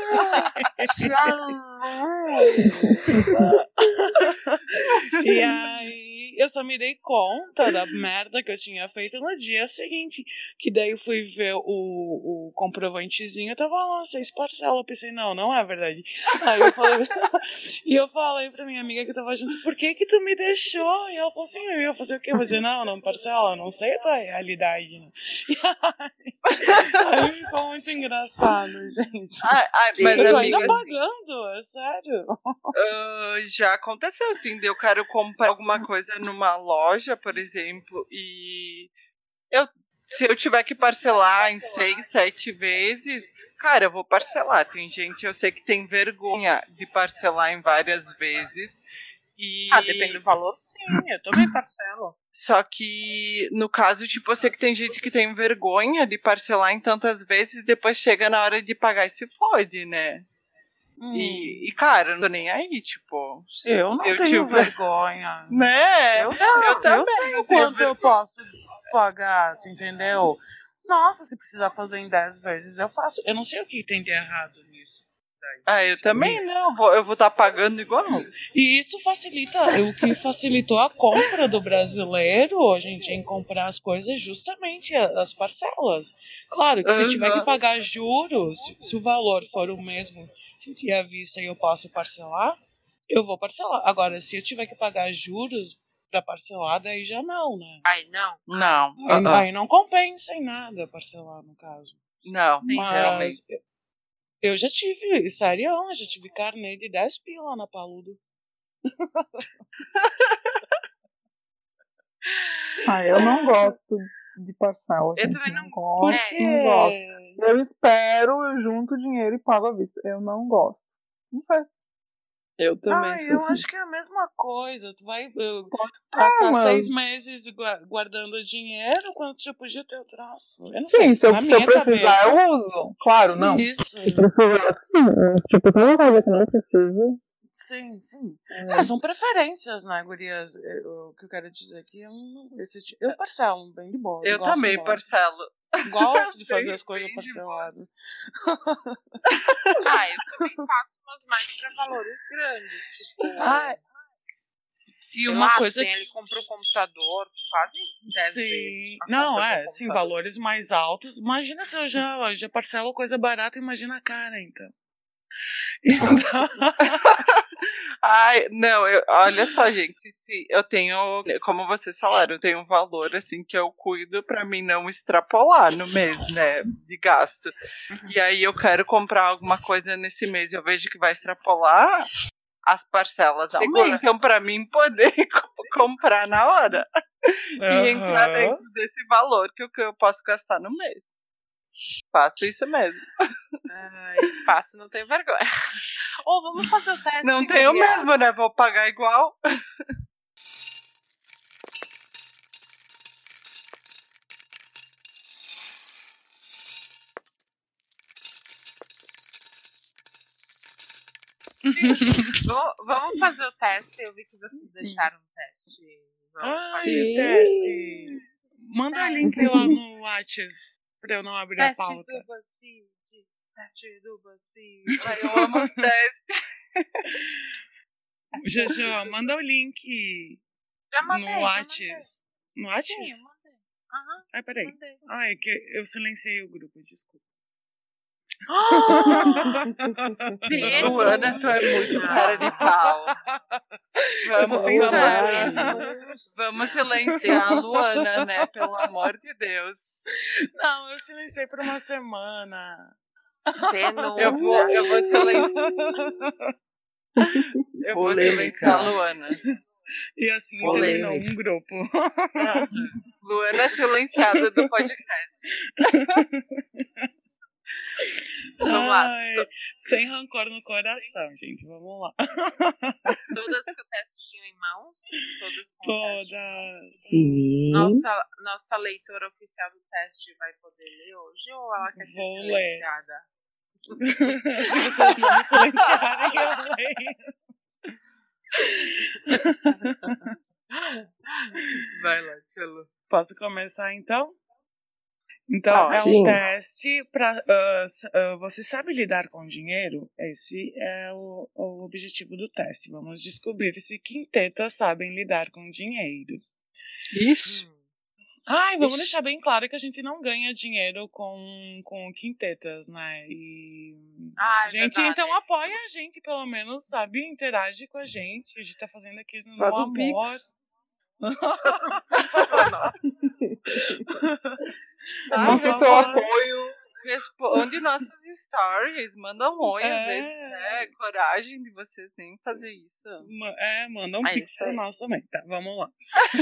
E aí eu só me dei conta da merda que eu tinha feito no dia seguinte. Que daí eu fui ver o, o comprovantezinho, tava lá, seis parcelas. Eu pensei, não, não é verdade. Aí eu falei, e eu falei pra minha amiga que tava junto, por que que tu me deixou? E ela falou assim, eu ia fazer o quê? Eu falei, não, não parcela, não sei a tua realidade. Né? E aí, aí ficou muito engraçado, gente. Ai, ai, mas, eu tô amiga, ainda pagando, é sério. ah, já aconteceu assim, de eu quero comprar alguma coisa numa loja, por exemplo, e eu, se eu tiver que parcelar em seis, sete vezes, cara, eu vou parcelar. Tem gente, eu sei que tem vergonha de parcelar em várias vezes. E... Ah, depende do valor, sim. Eu também parcelo. Só que, no caso, tipo, eu sei que tem gente que tem vergonha de parcelar em tantas vezes e depois chega na hora de pagar e se fode, né? Hum. E, e, cara, eu não tô nem aí, tipo... se- Eu não se tenho tiver- vergonha. Né? Eu sei, eu eu, também sei não o tenho quanto eu posso pagar, tu entendeu? Nossa, se precisar fazer em dez vezes, eu faço. Eu não sei o que tem de errado nisso. Ah, eu também não, vou, eu vou estar pagando igual. E isso facilita, o que facilitou a compra do brasileiro, a gente em comprar as coisas, justamente a- as parcelas. Claro que se Aham. tiver que pagar juros, se o valor for o mesmo que à vista e eu posso parcelar, eu vou parcelar. Agora, se eu tiver que pagar juros para parcelar, daí já não, né? Ai, não. Não, Aí, ah, ah, aí não compensa em nada parcelar, no caso. não, Mas realmente. eu já tive, sério, eu já tive carnê de dez pila na Paludo. Ah, eu não gosto de parcela. Eu gente, também não- gosto, Porque não gosto. Eu espero, eu junto o dinheiro e pago à vista. Eu não gosto. Não sei. Eu também Ah, sou eu assim. acho que é a mesma coisa. Tu vai uh, Pode ser, passar mas... seis meses gua- guardando dinheiro quando tu já podia ter o troço. Eu não Sim, sei. se eu, na se eu minha precisar, cabeça, eu uso. Claro, não. Isso. Se precisar, sim. Tipo, se não coisa que não precisa. Sim, sim. É. É, são preferências, né, gurias? Eu- O que eu quero dizer aqui, eu, não- esse, ti- eu parcelo bem de boa. Eu gosto também muito. parcelo. Gosto de Bem- fazer as coisas bem de parceladas. Ah, eu também faço, mas mais pra valores grandes. Tipo, Ah, e sei uma lá, coisa tem que... ele compra um computador, quase dez vezes. Sim. a Não, compra do é, sim, computador. valores mais altos. Imagina se eu já, eu já parcelo coisa barata, imagina a cara, então. Então, Ai, não, eu, olha só, gente, se eu tenho, como vocês falaram, eu tenho um valor assim que eu cuido pra mim não extrapolar no mês, né, de gasto. E aí eu quero comprar alguma coisa nesse mês, eu vejo que vai extrapolar, as parcelas Segura. aumentam pra mim poder co- comprar na hora e entrar aham. dentro desse valor que eu, que eu posso gastar no mês. Faço isso mesmo. Ai, faço, não tenho vergonha. Ou vamos fazer o teste. Não tenho Gabriel. mesmo, né? Vou pagar igual. Vamos, vamos fazer o teste. Eu vi que vocês deixaram o teste. Vamos Ai, fazer. Tessie. Manda o link lá no WhatsApp pra eu não abrir a Teste pauta. do BuzzFeed. Teste do BuzzFeed. Ai, eu amo teste. Jojo, manda o link Já mandei, no já WhatsApp. mandei. No Sim, eu WhatsApp? mandei. Aham, Ai, peraí. mandei. Ai, é que eu silenciei o grupo, desculpa. Luana, tu é muito cara de pau. Vamos, Olá. vamos, vamos silenciar a Luana, né? Pelo amor de Deus. Não, eu silenciei por uma semana. Denúncia. Eu vou, eu vou silenciar. Eu vou Polêmica. silenciar a Luana. E assim Polêmica. terminou um grupo. Luana silenciada do podcast. Vamos lá. Ai, sem rancor no coração, gente. Vamos lá. Todas que o teste tinha em mãos? Todas com o teste. Todas. Sim. Nossa, nossa leitora oficial do teste vai poder ler hoje ou ela quer ser Vou ler. silenciada? Se vocês não me silenciarem, eu leio. Vai lá, Tchelo. Posso começar então? Então, Pode. é um Sim. teste para. Você sabe lidar com dinheiro? Esse é o, o objetivo do teste. Vamos descobrir se quintetas sabem lidar com dinheiro. Isso. Ai, vamos Ixi. deixar bem claro que a gente não ganha dinheiro com, com quintetas, né? E. Ah, é gente, verdade. então apoia a gente, pelo menos, sabe? Interage com a gente. A gente tá fazendo aqui no Faz o amor. Pix. Ai, Nossa, responde- seu apoio. Responde nossos stories. Manda um oi, às É. vezes. É, coragem de vocês nem fazer isso. Ma- É, manda um É pix isso pra aí. nós também. Tá, vamos lá.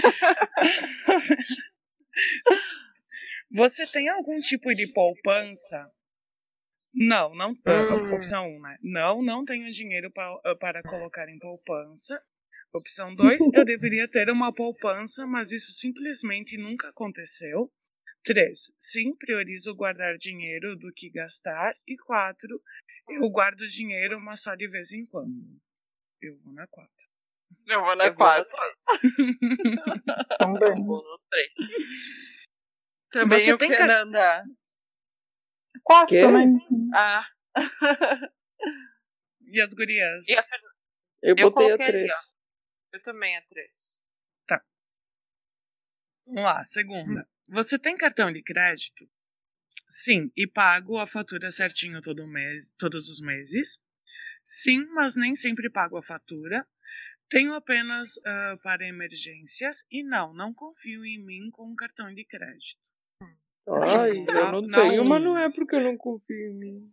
Você tem algum tipo de poupança? Não, não. ah, Hum. Opção um, né? Não, não tenho dinheiro pa- ah, para colocar em poupança. Opção dois, eu deveria ter uma poupança, mas isso simplesmente nunca aconteceu. três, sim, priorizo guardar dinheiro do que gastar. E quatro, eu guardo dinheiro, mas só de vez em quando. Eu vou na quatro. Eu vou na Eu vou no quatro. Também. Vou no três. Também Você eu tem quero car- andar. Quase Quê? também. Ah. E as gurias? E a Fernanda? Eu Eu botei a coloquei ali, três. ó. Eu também a três. Vamos lá, segunda. Você tem cartão de crédito? Sim, e pago a fatura certinho todo mês, todos os meses. Sim, mas nem sempre pago a fatura. Tenho apenas ah, para emergências. E não, não confio em mim com um cartão de crédito. Ai, eu Não, não, não. tenho, mas não é porque eu não confio em mim.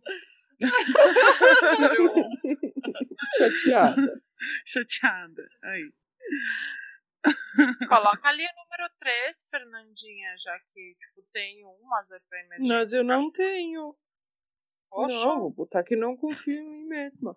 Chateada. Chateada. Aí. Coloca ali o número três, Fernandinha, já que, tipo, tem um, mas é pra emergência. Mas eu não tenho. Poxa. Não, vou botar que não confio em mim mesma.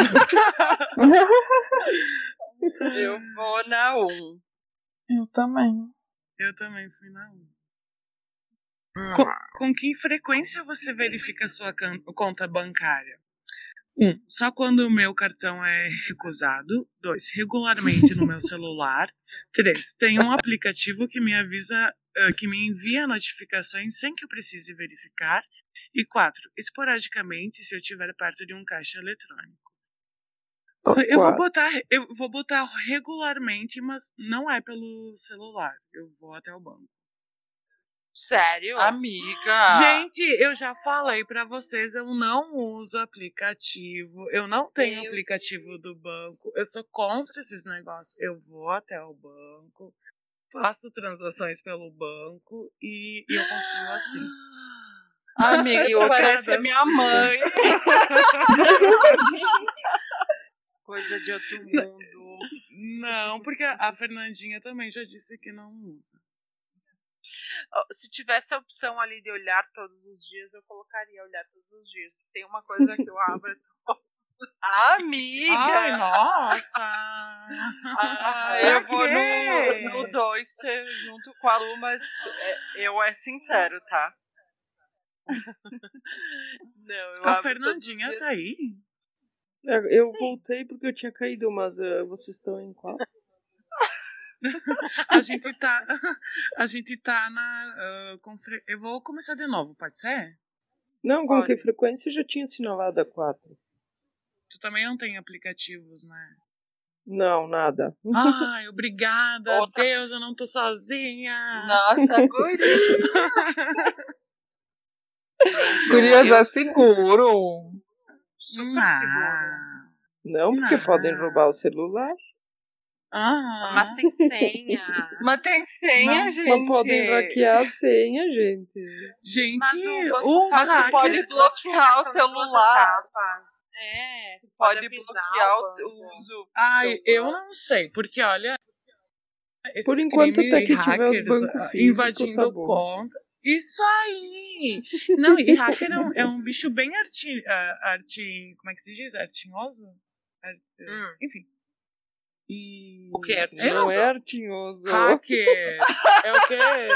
Eu vou na um. Eu também. Eu também fui na um. Hum. Com, com que frequência você verifica sua can- conta bancária? um. Um, só quando o meu cartão é recusado. dois. Regularmente no meu celular. três. Tem um aplicativo que me avisa, uh, que me envia notificações sem que eu precise verificar. E quatro. Esporadicamente, se eu estiver perto de um caixa eletrônico. Eu vou Quatro. botar, eu vou botar regularmente, mas não é pelo celular. Eu vou até o banco. Sério? Amiga. Gente, eu já falei pra vocês, eu não uso aplicativo, eu não tenho Meu aplicativo do banco, eu sou contra esses negócios. Eu vou até o banco, faço transações pelo banco e, e eu confio assim. Amiga, E tu outra parece vez- a minha mãe. Coisa de outro mundo. Não, porque a Fernandinha também já disse que não usa. Se tivesse a opção ali de olhar todos os dias, eu colocaria olhar todos os dias. Tem uma coisa que eu abro todos os Amiga! Ai, nossa! Ah, eu vou no, no dois junto com a Lu, mas eu é sincero, tá? Não, eu A abro Fernandinha todos os tá aí? Eu Sim. voltei porque eu tinha caído, mas uh, vocês estão em qual? A gente tá. A gente tá na. Uh, confre... Eu vou começar de novo, pode ser? Não, com Pode. que frequência eu já tinha assinalado a quatro. Tu também não tem aplicativos, né? Não, nada. Ai, obrigada, Outra. Deus, eu não tô sozinha. Nossa, guria! Gurias, eu- é seguro. Super Ah. seguro. Não, porque Não. podem roubar o celular. Ah, Mas tem senha. Mas tem senha, Não, gente. Mas podem hackear a senha, gente. gente, Mas o banco os Mas tu pode hackers. bloquear o São duas celular. etapas. É, tu Pode avisar bloquear o banco. o uso. do Ai, eu celular. não sei, porque olha. Esses Por enquanto, crimes até que tiver os hackers bancos ah, físicos, invadindo tá bom. conta. Isso aí! Não, e hacker é um, é um bicho bem arti, ah, arti. Como é que se diz? Artinhoso? Ar- Hum. Enfim. E... O que é Eu Não é artinhoso. Hacker! É o quê?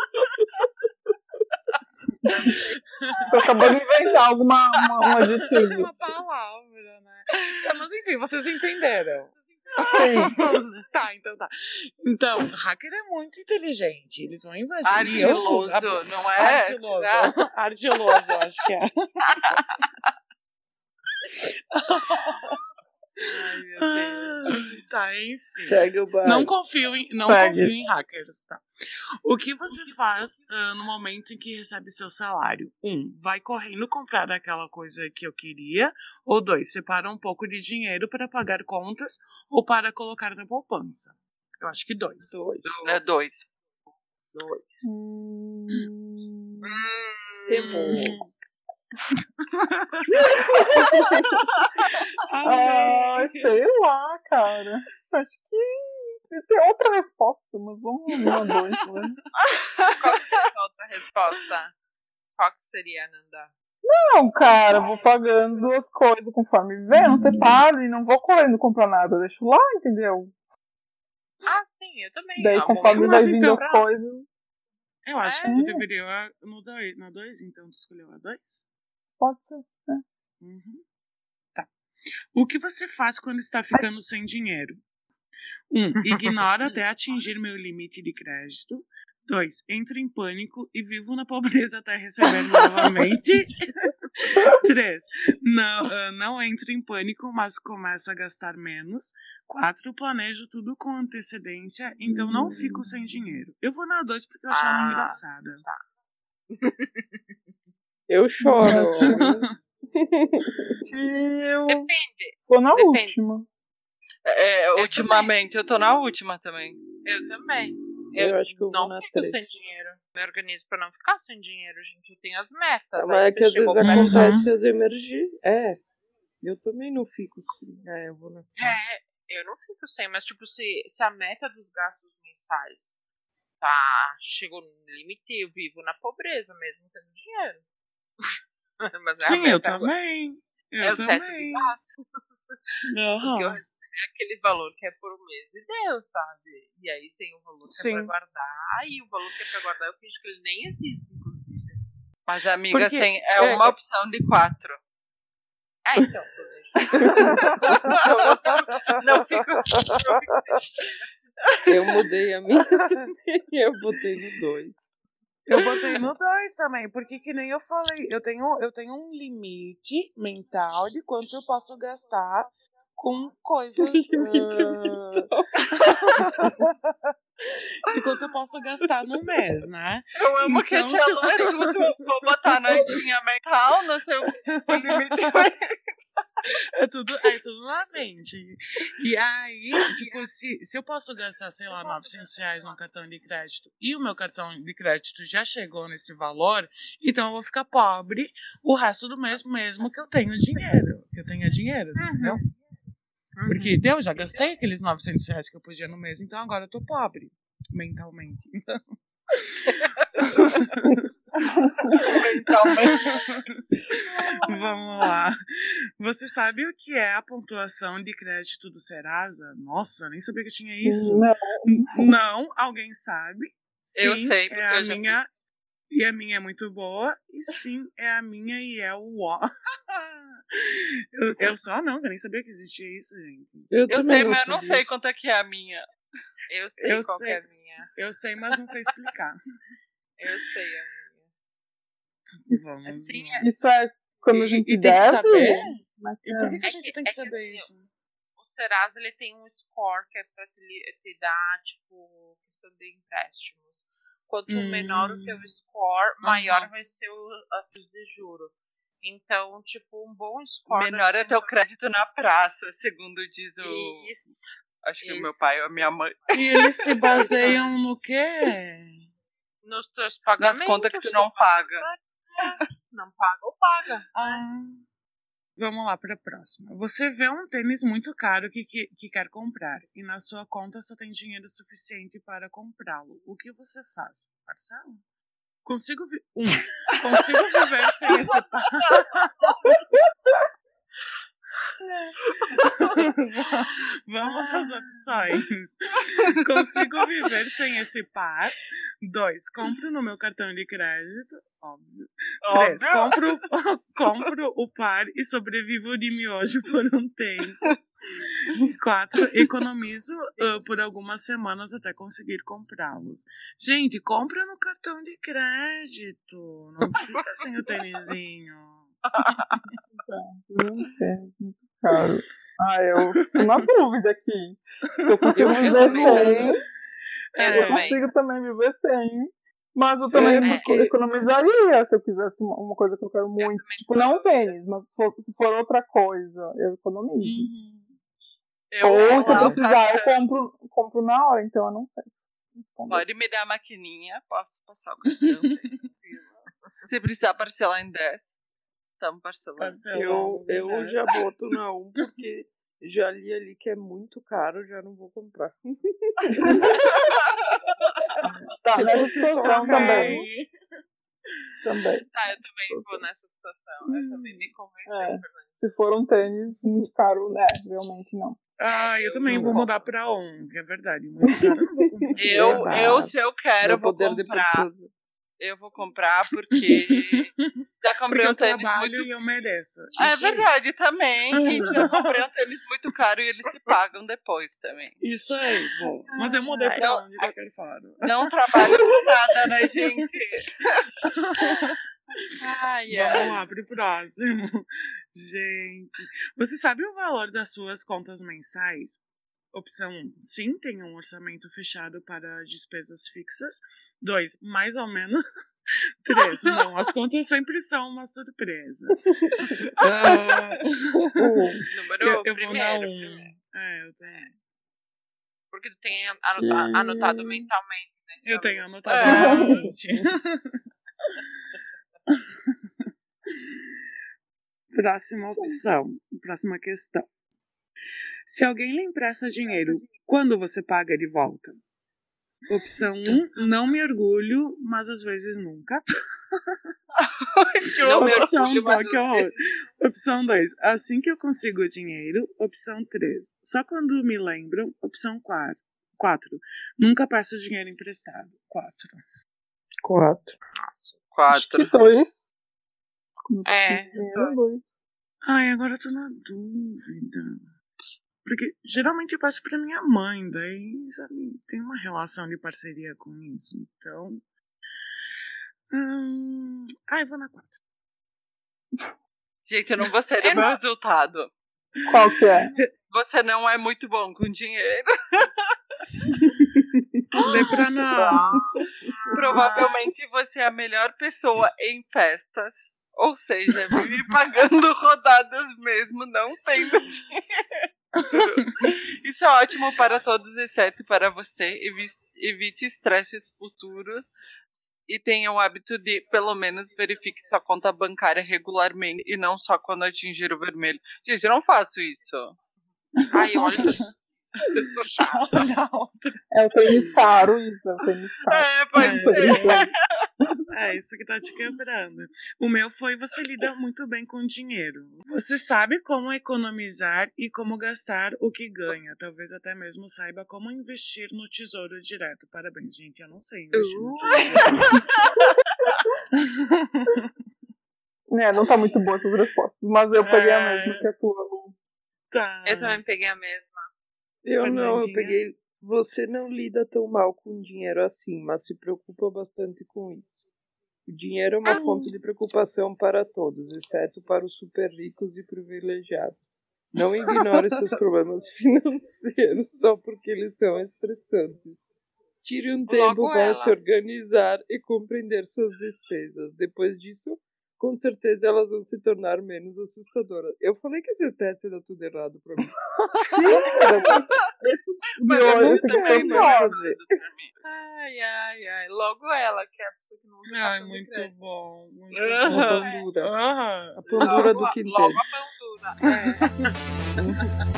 Tô acabando de inventar alguma uma, um É aditivo. uma palavra, né? Tá, mas enfim, vocês entenderam. Sim. Tá, então tá. Então, hacker é muito inteligente. Eles vão invadir. E eu- Ardiloso, não é? Ardiloso. Né? Ardiloso, acho que é. Ai, meu Deus. Ah, tá, enfim. Segue o baile. Não confio em, não Segue. confio em hackers, tá? O que você faz ah, no momento em que recebe seu salário? Um, vai correndo comprar aquela coisa que eu queria. Ou dois, separa um pouco de dinheiro para pagar contas ou para colocar na poupança. Eu acho que dois. Dois. É dois. Hum, Tempo. Ai, sei lá, cara. Acho que tem outra resposta, mas vamos na dois, né? Qual que é a outra resposta? Qual que seria, Nanda? Não, cara, vou pagando as coisas conforme vem, não separo e não vou correndo comprar nada, deixo lá, entendeu? Ah, sim, eu também. Daí, Ah, conforme momento- vai mas vindo então- as coisas, Eu acho que É. tu deveria ir no dois, na dois, então tu escolheu a dois? pode ser. Né? Uhum. Tá. O que você faz quando está ficando sem dinheiro? Um, ignora até atingir meu limite de crédito. Dois, entro em pânico e vivo na pobreza até receber novamente. Três, não, ah, não entro em pânico, mas começo a gastar menos. Quatro, planejo tudo com antecedência, então não fico sem dinheiro. Eu vou na dois porque eu acho ela Ah. engraçada. Eu choro. Eu Depende. vou na Depende. última. É, Eu ultimamente, eu tô na última também. Eu também. Eu Eu, acho que eu vou não na fico três. sem dinheiro. Me organizo pra não ficar sem dinheiro, gente. Eu tenho as metas. Mas Aí é você que às vezes chegou perto- acontece as emergências. É. Eu também não fico assim. É, eu vou na. É, eu não fico sem, mas tipo, se, se a meta dos gastos mensais tá, chegou no limite, eu vivo na pobreza mesmo tendo dinheiro. Mas é a Sim, eu meta, também. Eu é o teto de também. gasto, Aham. porque eu recebo aquele valor que é por mês e deu, sabe? E aí tem o valor que Sim. é pra guardar, e o valor que é pra guardar eu finjo que ele nem existe, inclusive. Mas, amiga, Porque- assim, é é- uma opção de quatro. Ah, então, não, não fico. Não fico Eu mudei a minha. Eu botei no dois. Eu botei no dois também, porque que nem eu falei, eu tenho, eu tenho um limite mental de quanto eu posso gastar com coisas. ah, de quanto eu posso gastar no mês, né? Eu amo que a Então, tia se- Lu é tudo. Vou botar notinha mental no seu limite. É tudo, é tudo na mente. E aí, tipo, se, se eu posso gastar, sei lá, novecentos reais num cartão de crédito e o meu cartão de crédito já chegou nesse valor, então eu vou ficar pobre o resto do mês, mesmo que eu tenha dinheiro. Que eu tenha dinheiro, entendeu? Porque eu já gastei aqueles novecentos reais que eu podia no mês, então agora eu tô pobre, mentalmente. Vamos lá. Você sabe o que é a pontuação de crédito do Serasa? Nossa, nem sabia que tinha isso. Não. Não, alguém sabe? Sim, Eu sei, porque é a eu já minha. E a minha é muito boa. E sim, é a minha e é o ó. eu, eu só não, eu nem sabia que existia isso, gente. Eu, Eu também sei, mas eu não sabia. sei quanto é que é a minha. Eu sei Eu qual sei. que é a minha. Eu sei, mas não sei explicar. Eu sei a minha. Isso, Vamos Assim, lá. isso é quando a E- gente e tem que deve? saber? Mas E por que, é. que a É gente que- tem é que que saber assim, isso? O Serasa, ele tem um score que é pra te, li- te dar, tipo, questão de empréstimos. Quanto Hum. menor o teu score, maior Aham. vai ser o- as taxas de juro. Então, tipo, um bom score... Menor deve é ser teu um- crédito na praça, segundo diz o. Isso, Acho que o isso. meu pai ou a minha mãe. E eles se baseiam no quê? nos teus pagamentos. Nas contas que tu não paga. Não paga ou paga. Ah, vamos lá para a próxima. Você vê um tênis muito caro que, que, que quer comprar e na sua conta só tem dinheiro suficiente para comprá-lo. O que você faz? Parcela? Consigo vi- um. Consigo viver sem esse par? Vamos às opções. Consigo viver sem esse par? Dois. Compro no meu cartão de crédito? Óbvio. Três. Compro, compro o par e sobrevivo de miojo por um tempo. Quatro. Economizo uh, por algumas semanas até conseguir comprá-los. Gente, compra no cartão de crédito. Não fica sem o tênisinho. Não sei, muito caro. Ah, eu fico na dúvida aqui. Eu consigo Eu viver também. sem. Eu Eu também. consigo também viver sem. Mas eu É, também porque- economizaria se eu quisesse uma, uma coisa que eu quero muito. também Tipo, não um tênis, mas se for, se for outra coisa, eu economizo. Uhum. Eu Ou se eu vou precisar, eu cartão. compro, compro na hora, então eu não sei responder. Pode me dar a maquininha, posso passar o cartão. tranquilo. Se precisar parcelar em dez, estamos parcelando. Eu, Parcelamos, eu né? já boto na um porque já li ali que é muito caro, já não vou comprar. Tá, nessa Porque só situação um também. Ok. Também. Tá, eu também vou nessa situação. Eu também me convenceu, É. Fernanda. Se for um tênis muito caro, né? Realmente não. Ah, eu Eu também não vou compro. mudar pra on, que é verdade. Muito caro, eu não vou comprar. Eu, Verdade. eu, se eu quero, eu Meu vou poder de comprar. persuasão. Eu vou comprar porque já comprei Porque um eu tênis trabalho muito. e eu mereço. Ah, é Isso aí. verdade também. E já comprei um tênis muito caro e eles se pagam depois também. Isso aí, bom. Mas eu mudei pra eu- on de qualquer forma. Não trabalho com nada, né, gente? Ai, Vamos ai. lá pro próximo. Gente, você sabe o valor das suas contas mensais? Opção um, sim, tem um orçamento fechado para despesas fixas. dois, mais ou menos. três, não, as contas sempre são uma surpresa. Ah, Número eu, eu vou primeiro, dar um. primeiro. É, eu tenho. Porque tu tem anota- anotado mentalmente, né? Eu tenho anotado É. mentalmente. Próxima opção. Próxima questão. Se alguém lhe empresta dinheiro, quando você paga de volta? Opção um, não me orgulho, mas às vezes nunca. Não me Opção orgulho, mas dois, que horror. Opção dois, assim que eu consigo o dinheiro. Opção três, só quando me lembram. Opção quatro, quatro, nunca peço dinheiro emprestado. quatro. Quatro. Acho que Quatro. dois. Como eu É, preciso de dinheiro, dois. Ai, agora eu tô na dúvida. Porque geralmente eu passo pra minha mãe, daí, sabe, tem uma relação de parceria com isso. Então. Hum... Ai, eu vou na quatro. Gente, eu não gostei do Eu meu não- resultado. Qual que é? Você não é muito bom com dinheiro. Dê pra nós. Provavelmente você é a melhor pessoa em festas. Ou seja, vive pagando rodadas mesmo, não tendo dinheiro. Isso é ótimo para todos, exceto para você. Evi- Evite estresses futuros e tenha o hábito de, pelo menos, verifique sua conta bancária regularmente e não só quando atingir o vermelho. Gente, eu não faço isso. Ai, olha, Eu sou chata. Não, É o tênis caro, isso, é o tênis caro. É, pode É. ser. É isso que tá te quebrando. O meu foi você lida muito bem com dinheiro. Você sabe como economizar e como gastar o que ganha. Talvez até mesmo saiba como investir no tesouro direto. Parabéns, gente. Eu não sei investir no Uh. tesouro direto. É, não tá muito boa essas respostas, mas eu peguei a É. mesma que a tua, Lu. Tá. Eu também peguei a mesma. Eu não, eu Fernandinha? peguei. Você não lida tão mal com dinheiro assim, mas se preocupa bastante com isso. O dinheiro é uma Ah. fonte de preocupação para todos, exceto para os super ricos e privilegiados. Não ignore seus problemas financeiros só porque eles são estressantes. Tire um tempo Logo para ela. se organizar e compreender suas despesas. Depois disso, com certeza elas vão se tornar menos assustadoras. Eu falei que esses testes eram tudo errado pra mim. Mas Meu, é muito esse aqui foi bem, pior. né? Ai, ai, ai. Logo ela, que é a pessoa que não usa Ai, cartão de muito crédito. bom. Muito Aham. Uma bom. pandura. Aham. A pandura Logo, do a- quinteiro. logo a pandura. É.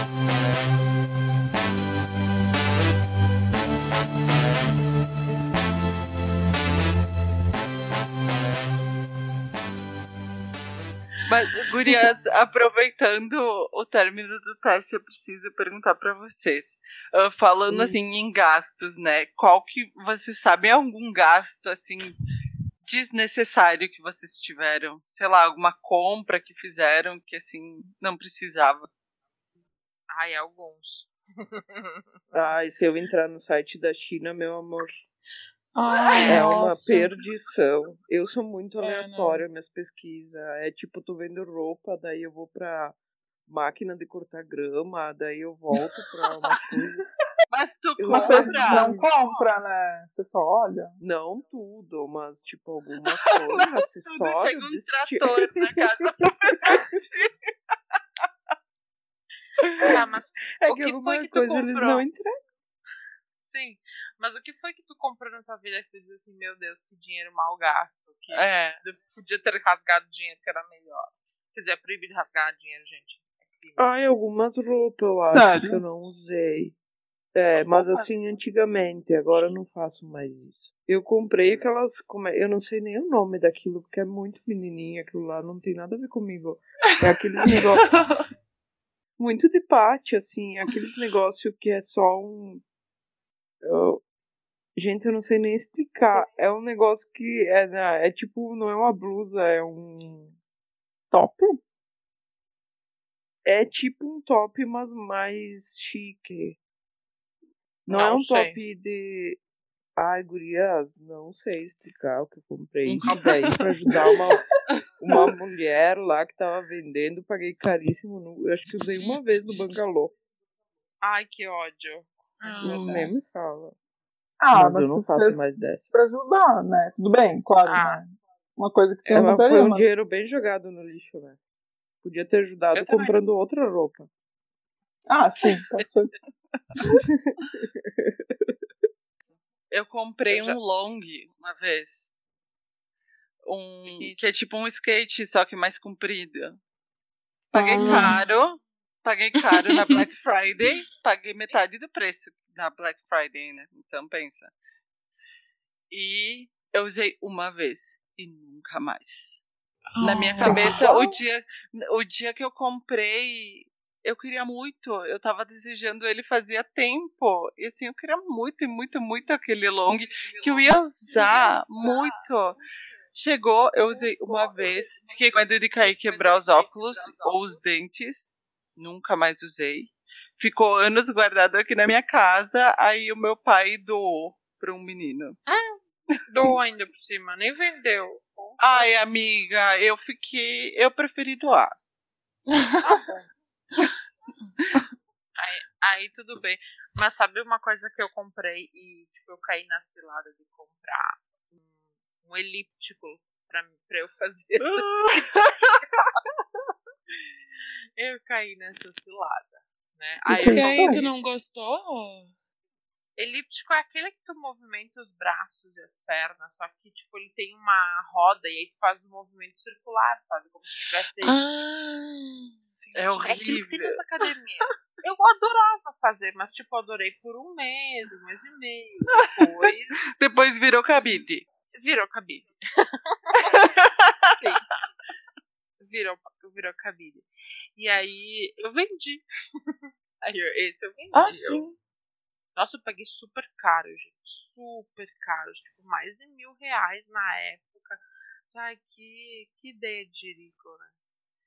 Mas, gurias, aproveitando o término do teste, eu preciso perguntar pra vocês. Ah, falando Hum. assim em gastos, né? Qual que vocês sabem algum gasto assim desnecessário que vocês tiveram? Sei lá, alguma compra que fizeram que assim não precisava? Ai, alguns. Ai, se eu entrar no site da China, meu amor, Ai, é uma nossa. perdição. Eu sou muito É, aleatória minhas pesquisas. É tipo, tô vendo roupa, daí eu vou pra máquina de cortar grama, daí eu volto pra umas coisas. Mas tu Eu Mas Compra. você compra. não compra, né? Você só olha. Não tudo, mas tipo, algumas coisas, Tudo acessórios. chega um desse tipo. trator na casa. Tá, mas É o que que foi algumas que tu coisas eles comprou? não entregam. Sim. Mas o que foi que tu comprou na tua vida que tu diz assim, meu Deus, que dinheiro mal gasto. Que É. eu podia ter rasgado dinheiro que era melhor. Quer dizer, é proibido rasgar dinheiro, gente. É crime. Ai, algumas roupas eu acho Sério? que eu não usei. É, mas assim, antigamente, agora eu não faço mais isso. Eu comprei aquelas, como é, eu não sei nem o nome daquilo, porque é muito menininha aquilo lá, não tem nada a ver comigo. É aquele negócio muito de pátio, assim, aquele negócio que é só um... eu- gente, eu não sei nem explicar. É um negócio que é, né, é tipo, não é uma blusa, é um... Top? É tipo um top, mas mais chique. Não, Não é um sei. top de... Ai, gurias, não sei explicar o que eu comprei. Um Isso daí pra ajudar uma, uma mulher lá que tava vendendo, paguei caríssimo. No, eu acho que usei uma vez no Bangalô. Ai, que ódio. Ah, Não, nem me fala. Ah, mas, mas eu não tu faço fez mais dessa. pra ajudar, né? Tudo bem, claro, Ah. né? Uma coisa que tu É, não mas foi botaria, um mas... dinheiro bem jogado no lixo, né? Podia ter ajudado Eu também. comprando outra roupa. Ah, sim, pode ser. Eu comprei Eu já- um long uma vez. Um Que- que é tipo um skate, só que mais comprido. Paguei Ah. caro. Paguei caro na Black Friday. Paguei metade do preço na Black Friday, né? Então pensa. E eu usei uma vez e nunca mais. Na minha Ah. cabeça, o dia, o dia que eu comprei, eu queria muito. Eu tava desejando ele fazia tempo. E assim, eu queria muito, muito, muito aquele long que eu ia usar muito. Chegou, eu usei uma vez, fiquei com medo de cair e quebrar os óculos ou os dentes. Nunca mais usei. Ficou anos guardado aqui na minha casa. Aí o meu pai doou para um menino. Doou ainda por cima, nem vendeu. Ai, amiga, eu fiquei. Eu preferi doar. Aí, aí tudo bem. Mas sabe uma coisa que eu comprei e tipo, eu caí na cilada de comprar um, um elíptico pra, pra eu fazer. Eu caí nessa cilada, né? Aí que eu E isso? aí, comprei. tu não gostou? Elíptico é aquele que tu movimenta os braços e as pernas, só que tipo ele tem uma roda e aí tu faz um movimento circular, sabe? Como se tivesse. Ah, É É aquilo que tem horrível. nessa academia. eu adorava fazer, mas tipo, eu adorei por um mês, um mês e meio. Depois. Depois virou cabide. Virou cabide. Sim. Virou, virou cabide. E aí eu vendi. Aí eu, esse eu vendi. Ah, eu, sim. Nossa, eu paguei super caro, gente. Super caro. Tipo, mais de mil reais na época. Ai, que, que ideia de ridículo, né?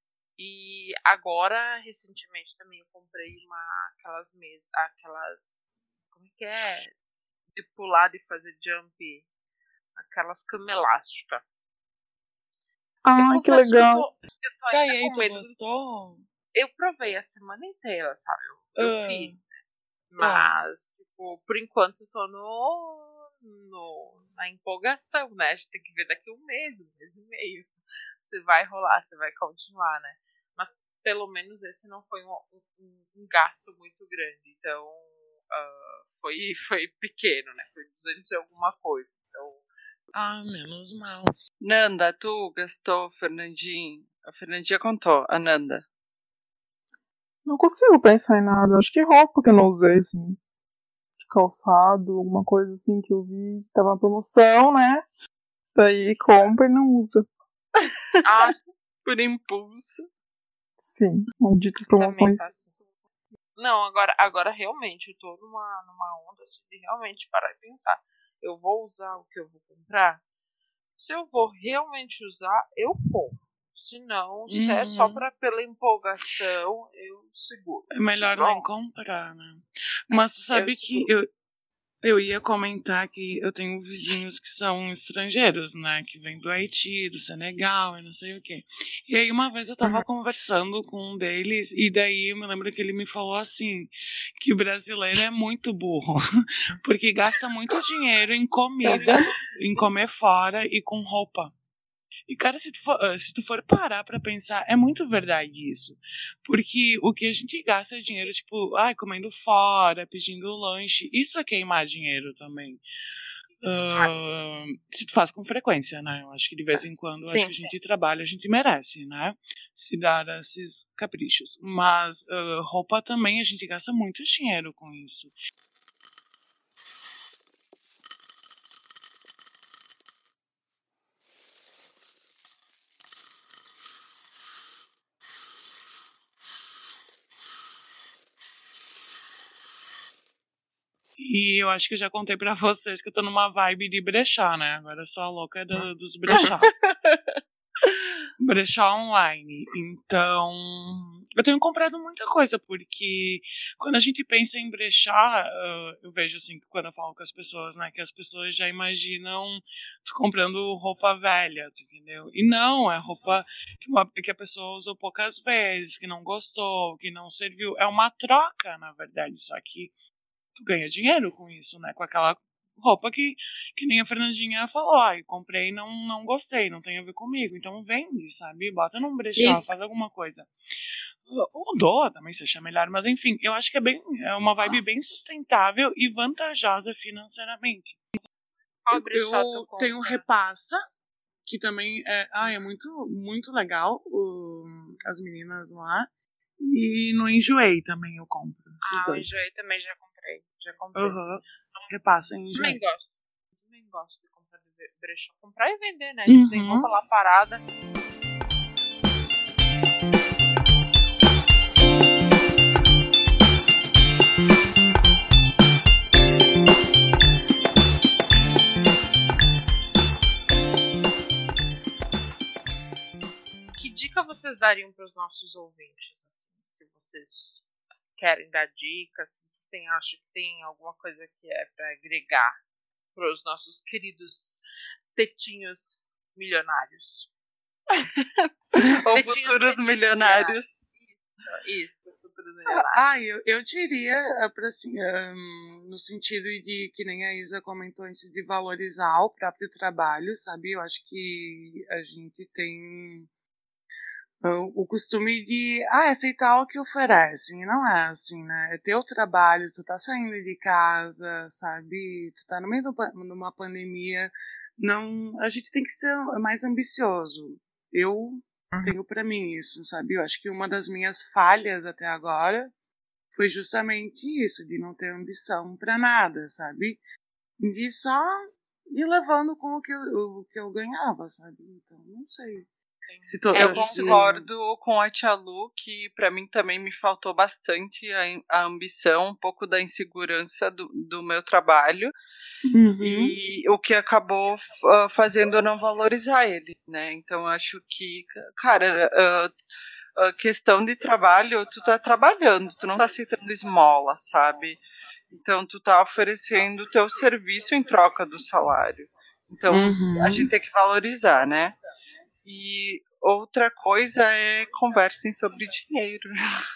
E agora, recentemente, também eu comprei uma, aquelas mesas, aquelas, como é que é? De pular, de fazer jump, aquelas cama elástica. Ah, que legal. Eu tô, eu tô Tá, ainda e aí, com tu medo. gostou? Eu provei a semana inteira, sabe? Eu, eu Ah, fiz. tá. Mas, tipo, por enquanto eu tô no, no, na empolgação, né? A gente tem que ver daqui um mês, um mês e meio. Se vai rolar, se vai continuar, né? Mas pelo menos esse não foi um, um, um gasto muito grande. Então, uh, foi, foi pequeno, né? Foi duzentos e alguma coisa. Então, Ah, menos mal. Nanda, tu gastou, Fernandinho? A Fernandinha contou, a Nanda. Não consigo pensar em nada. Acho que roupa que eu não usei, assim. De calçado, alguma coisa assim que eu vi. Tava na promoção, né? Daí compra e não usa. ah, Por impulso. Sim, malditas também promoções. faço. Não, agora, agora realmente eu tô numa, numa onda assim, de realmente parar e pensar. Eu vou usar o que eu vou comprar? Se eu vou realmente usar, eu compro. Se não, se é só Uhum. pra, pela empolgação, eu seguro. É melhor Seguro. nem comprar, né? Mas tu sabe Eu que seguro. eu, eu ia comentar que eu tenho vizinhos que são estrangeiros, né? Que vêm do Haiti, do Senegal e não sei o quê. E aí uma vez eu tava Uhum. conversando com um deles e daí eu me lembro que ele me falou assim, que o brasileiro é muito burro, porque gasta muito dinheiro em comida, em comer fora e com roupa. E, cara, se tu for, se tu for parar pra pensar, é muito verdade isso. Porque o que a gente gasta é dinheiro, tipo, ai, comendo fora, pedindo lanche. Isso é queimar dinheiro também. Uh, se tu faz com frequência, né? Eu acho que de vez em quando, Sim, acho que a gente trabalha, a gente merece, né? Se dar esses caprichos. Mas uh, roupa também, a gente gasta muito dinheiro com isso. E eu acho que eu já contei pra vocês que eu tô numa vibe de brechó, né? Agora eu sou a louca do, dos brechó. Brechó online. Então, eu tenho comprado muita coisa, porque quando a gente pensa em brechó, uh, eu vejo assim, quando eu falo com as pessoas, né? Que as pessoas já imaginam tu comprando roupa velha, entendeu? E não, é roupa que, uma, que a pessoa usou poucas vezes, que não gostou, que não serviu. É uma troca, na verdade, só que tu ganha dinheiro com isso, né? Com aquela roupa que, que nem a Fernandinha falou, ai, comprei e não, não gostei, não tem a ver comigo. Então vende, sabe? Bota num brechó, Isso. faz alguma coisa. Ou doa também, se achar melhor. Mas enfim, eu acho que é, bem, é uma vibe bem sustentável e vantajosa financeiramente. Qual Eu, brechó tu eu compra? tenho Repassa, que também é, ah, é muito, muito legal, o, as meninas lá. E no Enjoei também eu compro. Ah, o Enjoei também já comprei. Já comprei. Uhum. Repassa em Enjoei. Também gosto. Também gosto de comprar de brechó. Comprar e vender, né? Tipo, tem Uhum. roupa lá parada. Que dica vocês dariam para os nossos ouvintes? Assim, se vocês querem dar dicas, se vocês têm, acham que tem alguma coisa que é para agregar para os nossos queridos tetinhos milionários. Ou Tetinhos futuros Letícia. milionários. Isso, isso, futuros milionários. Ah, eu, eu diria, pra, assim, um, no sentido de que nem a Isa comentou antes, de valorizar o próprio trabalho, sabe? Eu acho que a gente tem o costume de ah, aceitar o que oferecem. Não é assim, né? É teu trabalho, tu tá saindo de casa, sabe? Tu tá no meio de uma pandemia. Não, a gente tem que ser mais ambicioso. Eu uhum. tenho pra mim isso, sabe? Eu acho que uma das minhas falhas até agora foi justamente isso, de não ter ambição pra nada, sabe? De só ir levando com o que eu, o que eu ganhava, sabe? Então, não sei. Se to, Eu se- concordo com a Tia Lu que pra mim também me faltou bastante a, a ambição, um pouco da insegurança do, do meu trabalho. Uhum. E o que acabou uh, fazendo eu não valorizar ele, né? Então eu acho que, cara, uh, a questão de trabalho, tu tá trabalhando, tu não tá aceitando esmola, sabe? Então tu tá oferecendo o teu serviço em troca do salário. Então Uhum. a gente tem que valorizar, né? E outra coisa é conversem sobre dinheiro.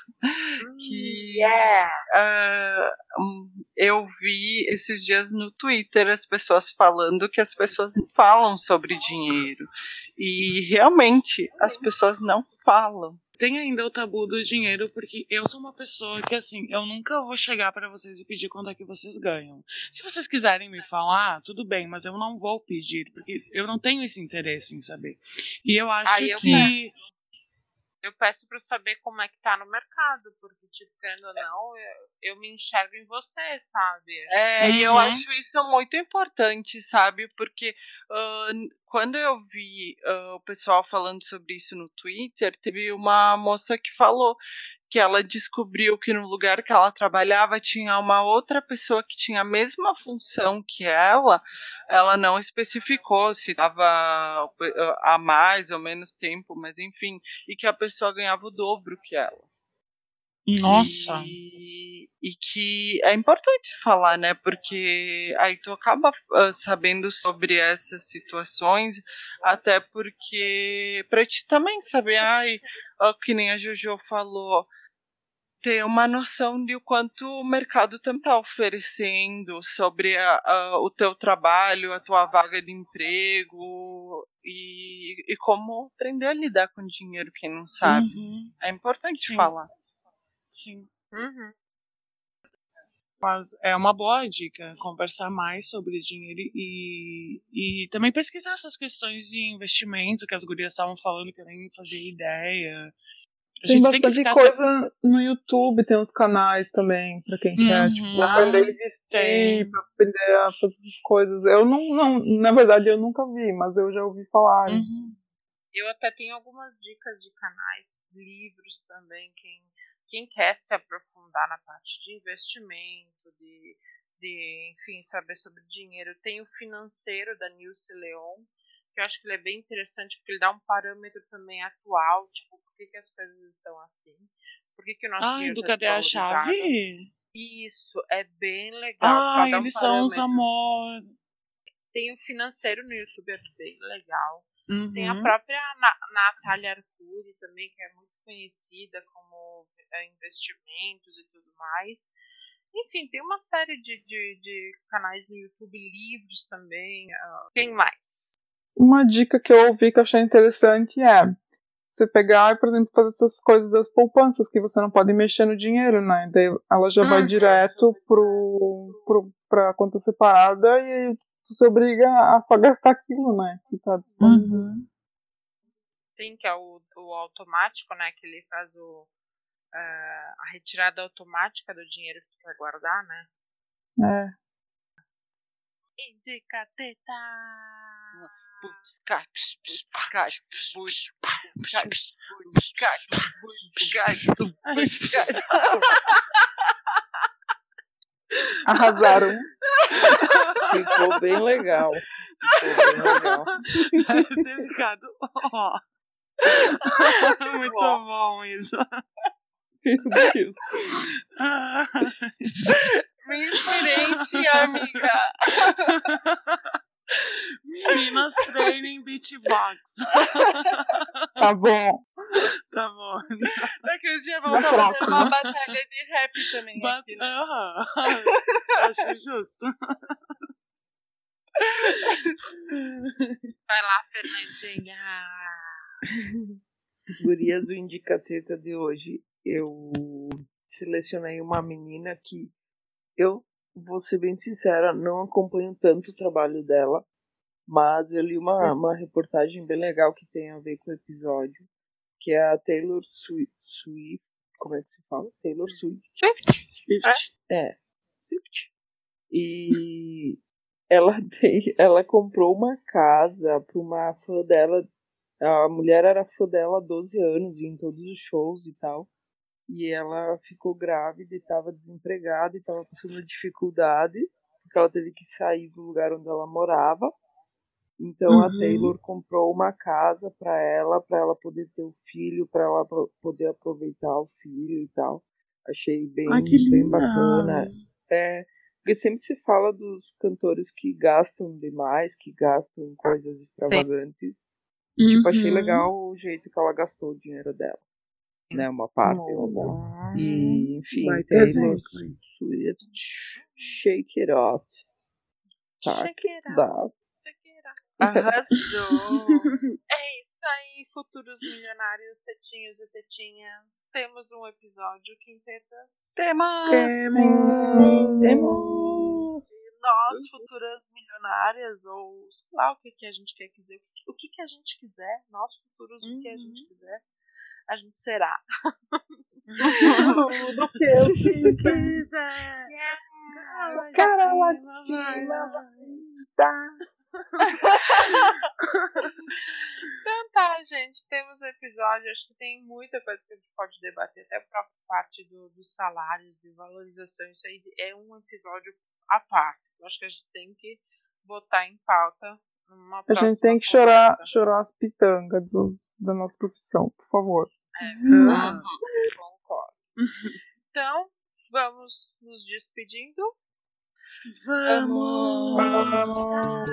que Yeah. uh, um, eu vi esses dias no Twitter as pessoas falando que as pessoas não falam sobre dinheiro. E realmente as pessoas não falam. Tem ainda o tabu do dinheiro, porque eu sou uma pessoa que, assim, eu nunca vou chegar pra vocês e pedir quanto é que vocês ganham. Se vocês quiserem me falar, tudo bem, mas eu não vou pedir, porque eu não tenho esse interesse em saber. E eu acho Aí eu que... Eu peço pra saber como é que tá no mercado, porque, tipo, querendo ou não, eu, eu me enxergo em você, sabe? É, Uhum. e eu acho isso muito importante, sabe? Porque uh, quando eu vi uh, o pessoal falando sobre isso no Twitter, teve uma moça que falou que ela descobriu que no lugar que ela trabalhava tinha uma outra pessoa que tinha a mesma função que ela. Ela não especificou se estava a mais ou menos tempo, mas enfim, e que a pessoa ganhava o dobro que ela. Nossa! E, e que é importante falar, né? Porque aí tu acaba uh, sabendo sobre essas situações, até porque pra ti também saber, ai, uh, que nem a Jojo falou, ter uma noção de o quanto o mercado também está oferecendo sobre a, a, o teu trabalho, a tua vaga de emprego e, e como aprender a lidar com dinheiro, quem não sabe. Uhum. É importante Sim. falar. Sim. Uhum. Mas é uma boa dica conversar mais sobre dinheiro e, e também pesquisar essas questões de investimento que as gurias estavam falando, que eu nem fazia ideia. A Tem gente bastante tem que ficar coisa sempre... no YouTube, tem uns canais também, pra quem Uhum. quer, tipo, aprender a investir, Tem. pra aprender a fazer essas coisas. Eu não, não, na verdade, eu nunca vi, mas eu já ouvi falar. Uhum. Eu até tenho algumas dicas de canais, livros também, quem, quem quer se aprofundar na parte de investimento, de, de enfim, saber sobre dinheiro. Tem o Financeiro, da Nilce Leon, que eu acho que ele é bem interessante, porque ele dá um parâmetro também atual, tipo, por que, que as coisas estão assim, por que, que o nosso Ai, dinheiro do está Cadê a desvalorizado. Chave? Isso, é bem legal. Ah, Pra dar um eles são uns parâmetro. amor. Tem o Financeiro no YouTube, é bem legal. Uhum. Tem a própria Na- Natália Arcuri também, que é muito conhecida como é, investimentos e tudo mais. Enfim, tem uma série de, de, de canais no YouTube, livros também. Uh, tem mais. Uma dica que eu ouvi que eu achei interessante é você pegar e, por exemplo, fazer essas coisas das poupanças, que você não pode mexer no dinheiro, né? Daí ela já vai Uhum. direto pro, pro, pra conta separada e aí tu se obriga a só gastar aquilo, né? Que tá disponível. Uhum. Tem que é o, o automático, né? Que ele faz o, uh, a retirada automática do dinheiro que tu quer guardar, né? É. Indica teta! Putz, cats, putz, cats, putz, cats, putz, cats, putz, cats, putz, cats. Arrasaram. Ficou bem legal. Ficou bem legal. Deve ter ficado. ó. Muito bom isso. Meu Deus. Ah. Me inspirei, tia, amiga. Meninas treinem beatbox. Tá bom. Tá bom. Daqui uns dias Na vamos fazer próxima. uma batalha de rap também. But, Aqui, né? aham. Acho justo. Vai lá, Fernandinha. Gurias, o Indicateta de hoje, eu selecionei uma menina que eu, vou ser bem sincera, não acompanho tanto o trabalho dela, mas eu li uma, uma reportagem bem legal que tem a ver com o episódio, que é a Taylor Swift, como é que se fala? Taylor Swift. Swift. É, Swift. E ela, tem, ela comprou uma casa para uma fã dela. A mulher era fã dela há doze anos, ia em todos os shows e tal. E ela ficou grávida e estava desempregada e estava passando dificuldade, porque ela teve que sair do lugar onde ela morava. Então uhum. a Taylor comprou uma casa para ela, para ela poder ter o filho, para ela poder aproveitar o filho e tal. Achei bem, Ai, que bem bacana. É, porque sempre se fala dos cantores que gastam demais, que gastam em coisas extravagantes. Uhum. Tipo, achei legal o jeito que ela gastou o dinheiro dela. Né, uma parte. Oh, e, enfim, vai Taylor Swift, shake it off. Tá, Shake it dá. off. Shake it off. Arrasou! É isso aí, futuros milionários, tetinhos e tetinhas. Temos um episódio, Quintetas. Temos! Temos! Temos! Nós, futuras milionárias, ou sei lá o que, que a gente quer dizer, o que, que a gente quiser, nós futuros, uhum. o que a gente quiser, a gente será. Tudo que eu te quiser. Yeah. Cara, lá de cima vai dar. Então tá, gente, temos o episódio. Acho que tem muita coisa que a gente pode debater, até a própria parte do, do salário, de valorização. Isso aí é um episódio à parte. Eu acho que a gente tem que botar em pauta uma A próxima gente tem que conversa. chorar, chorar as pitangas do, da nossa profissão, por favor. É verdade, concordo. Então, vamos nos despedindo. Vamos! Vamos.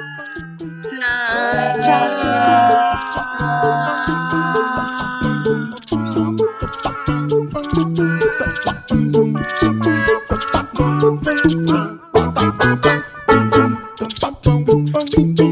Tchau!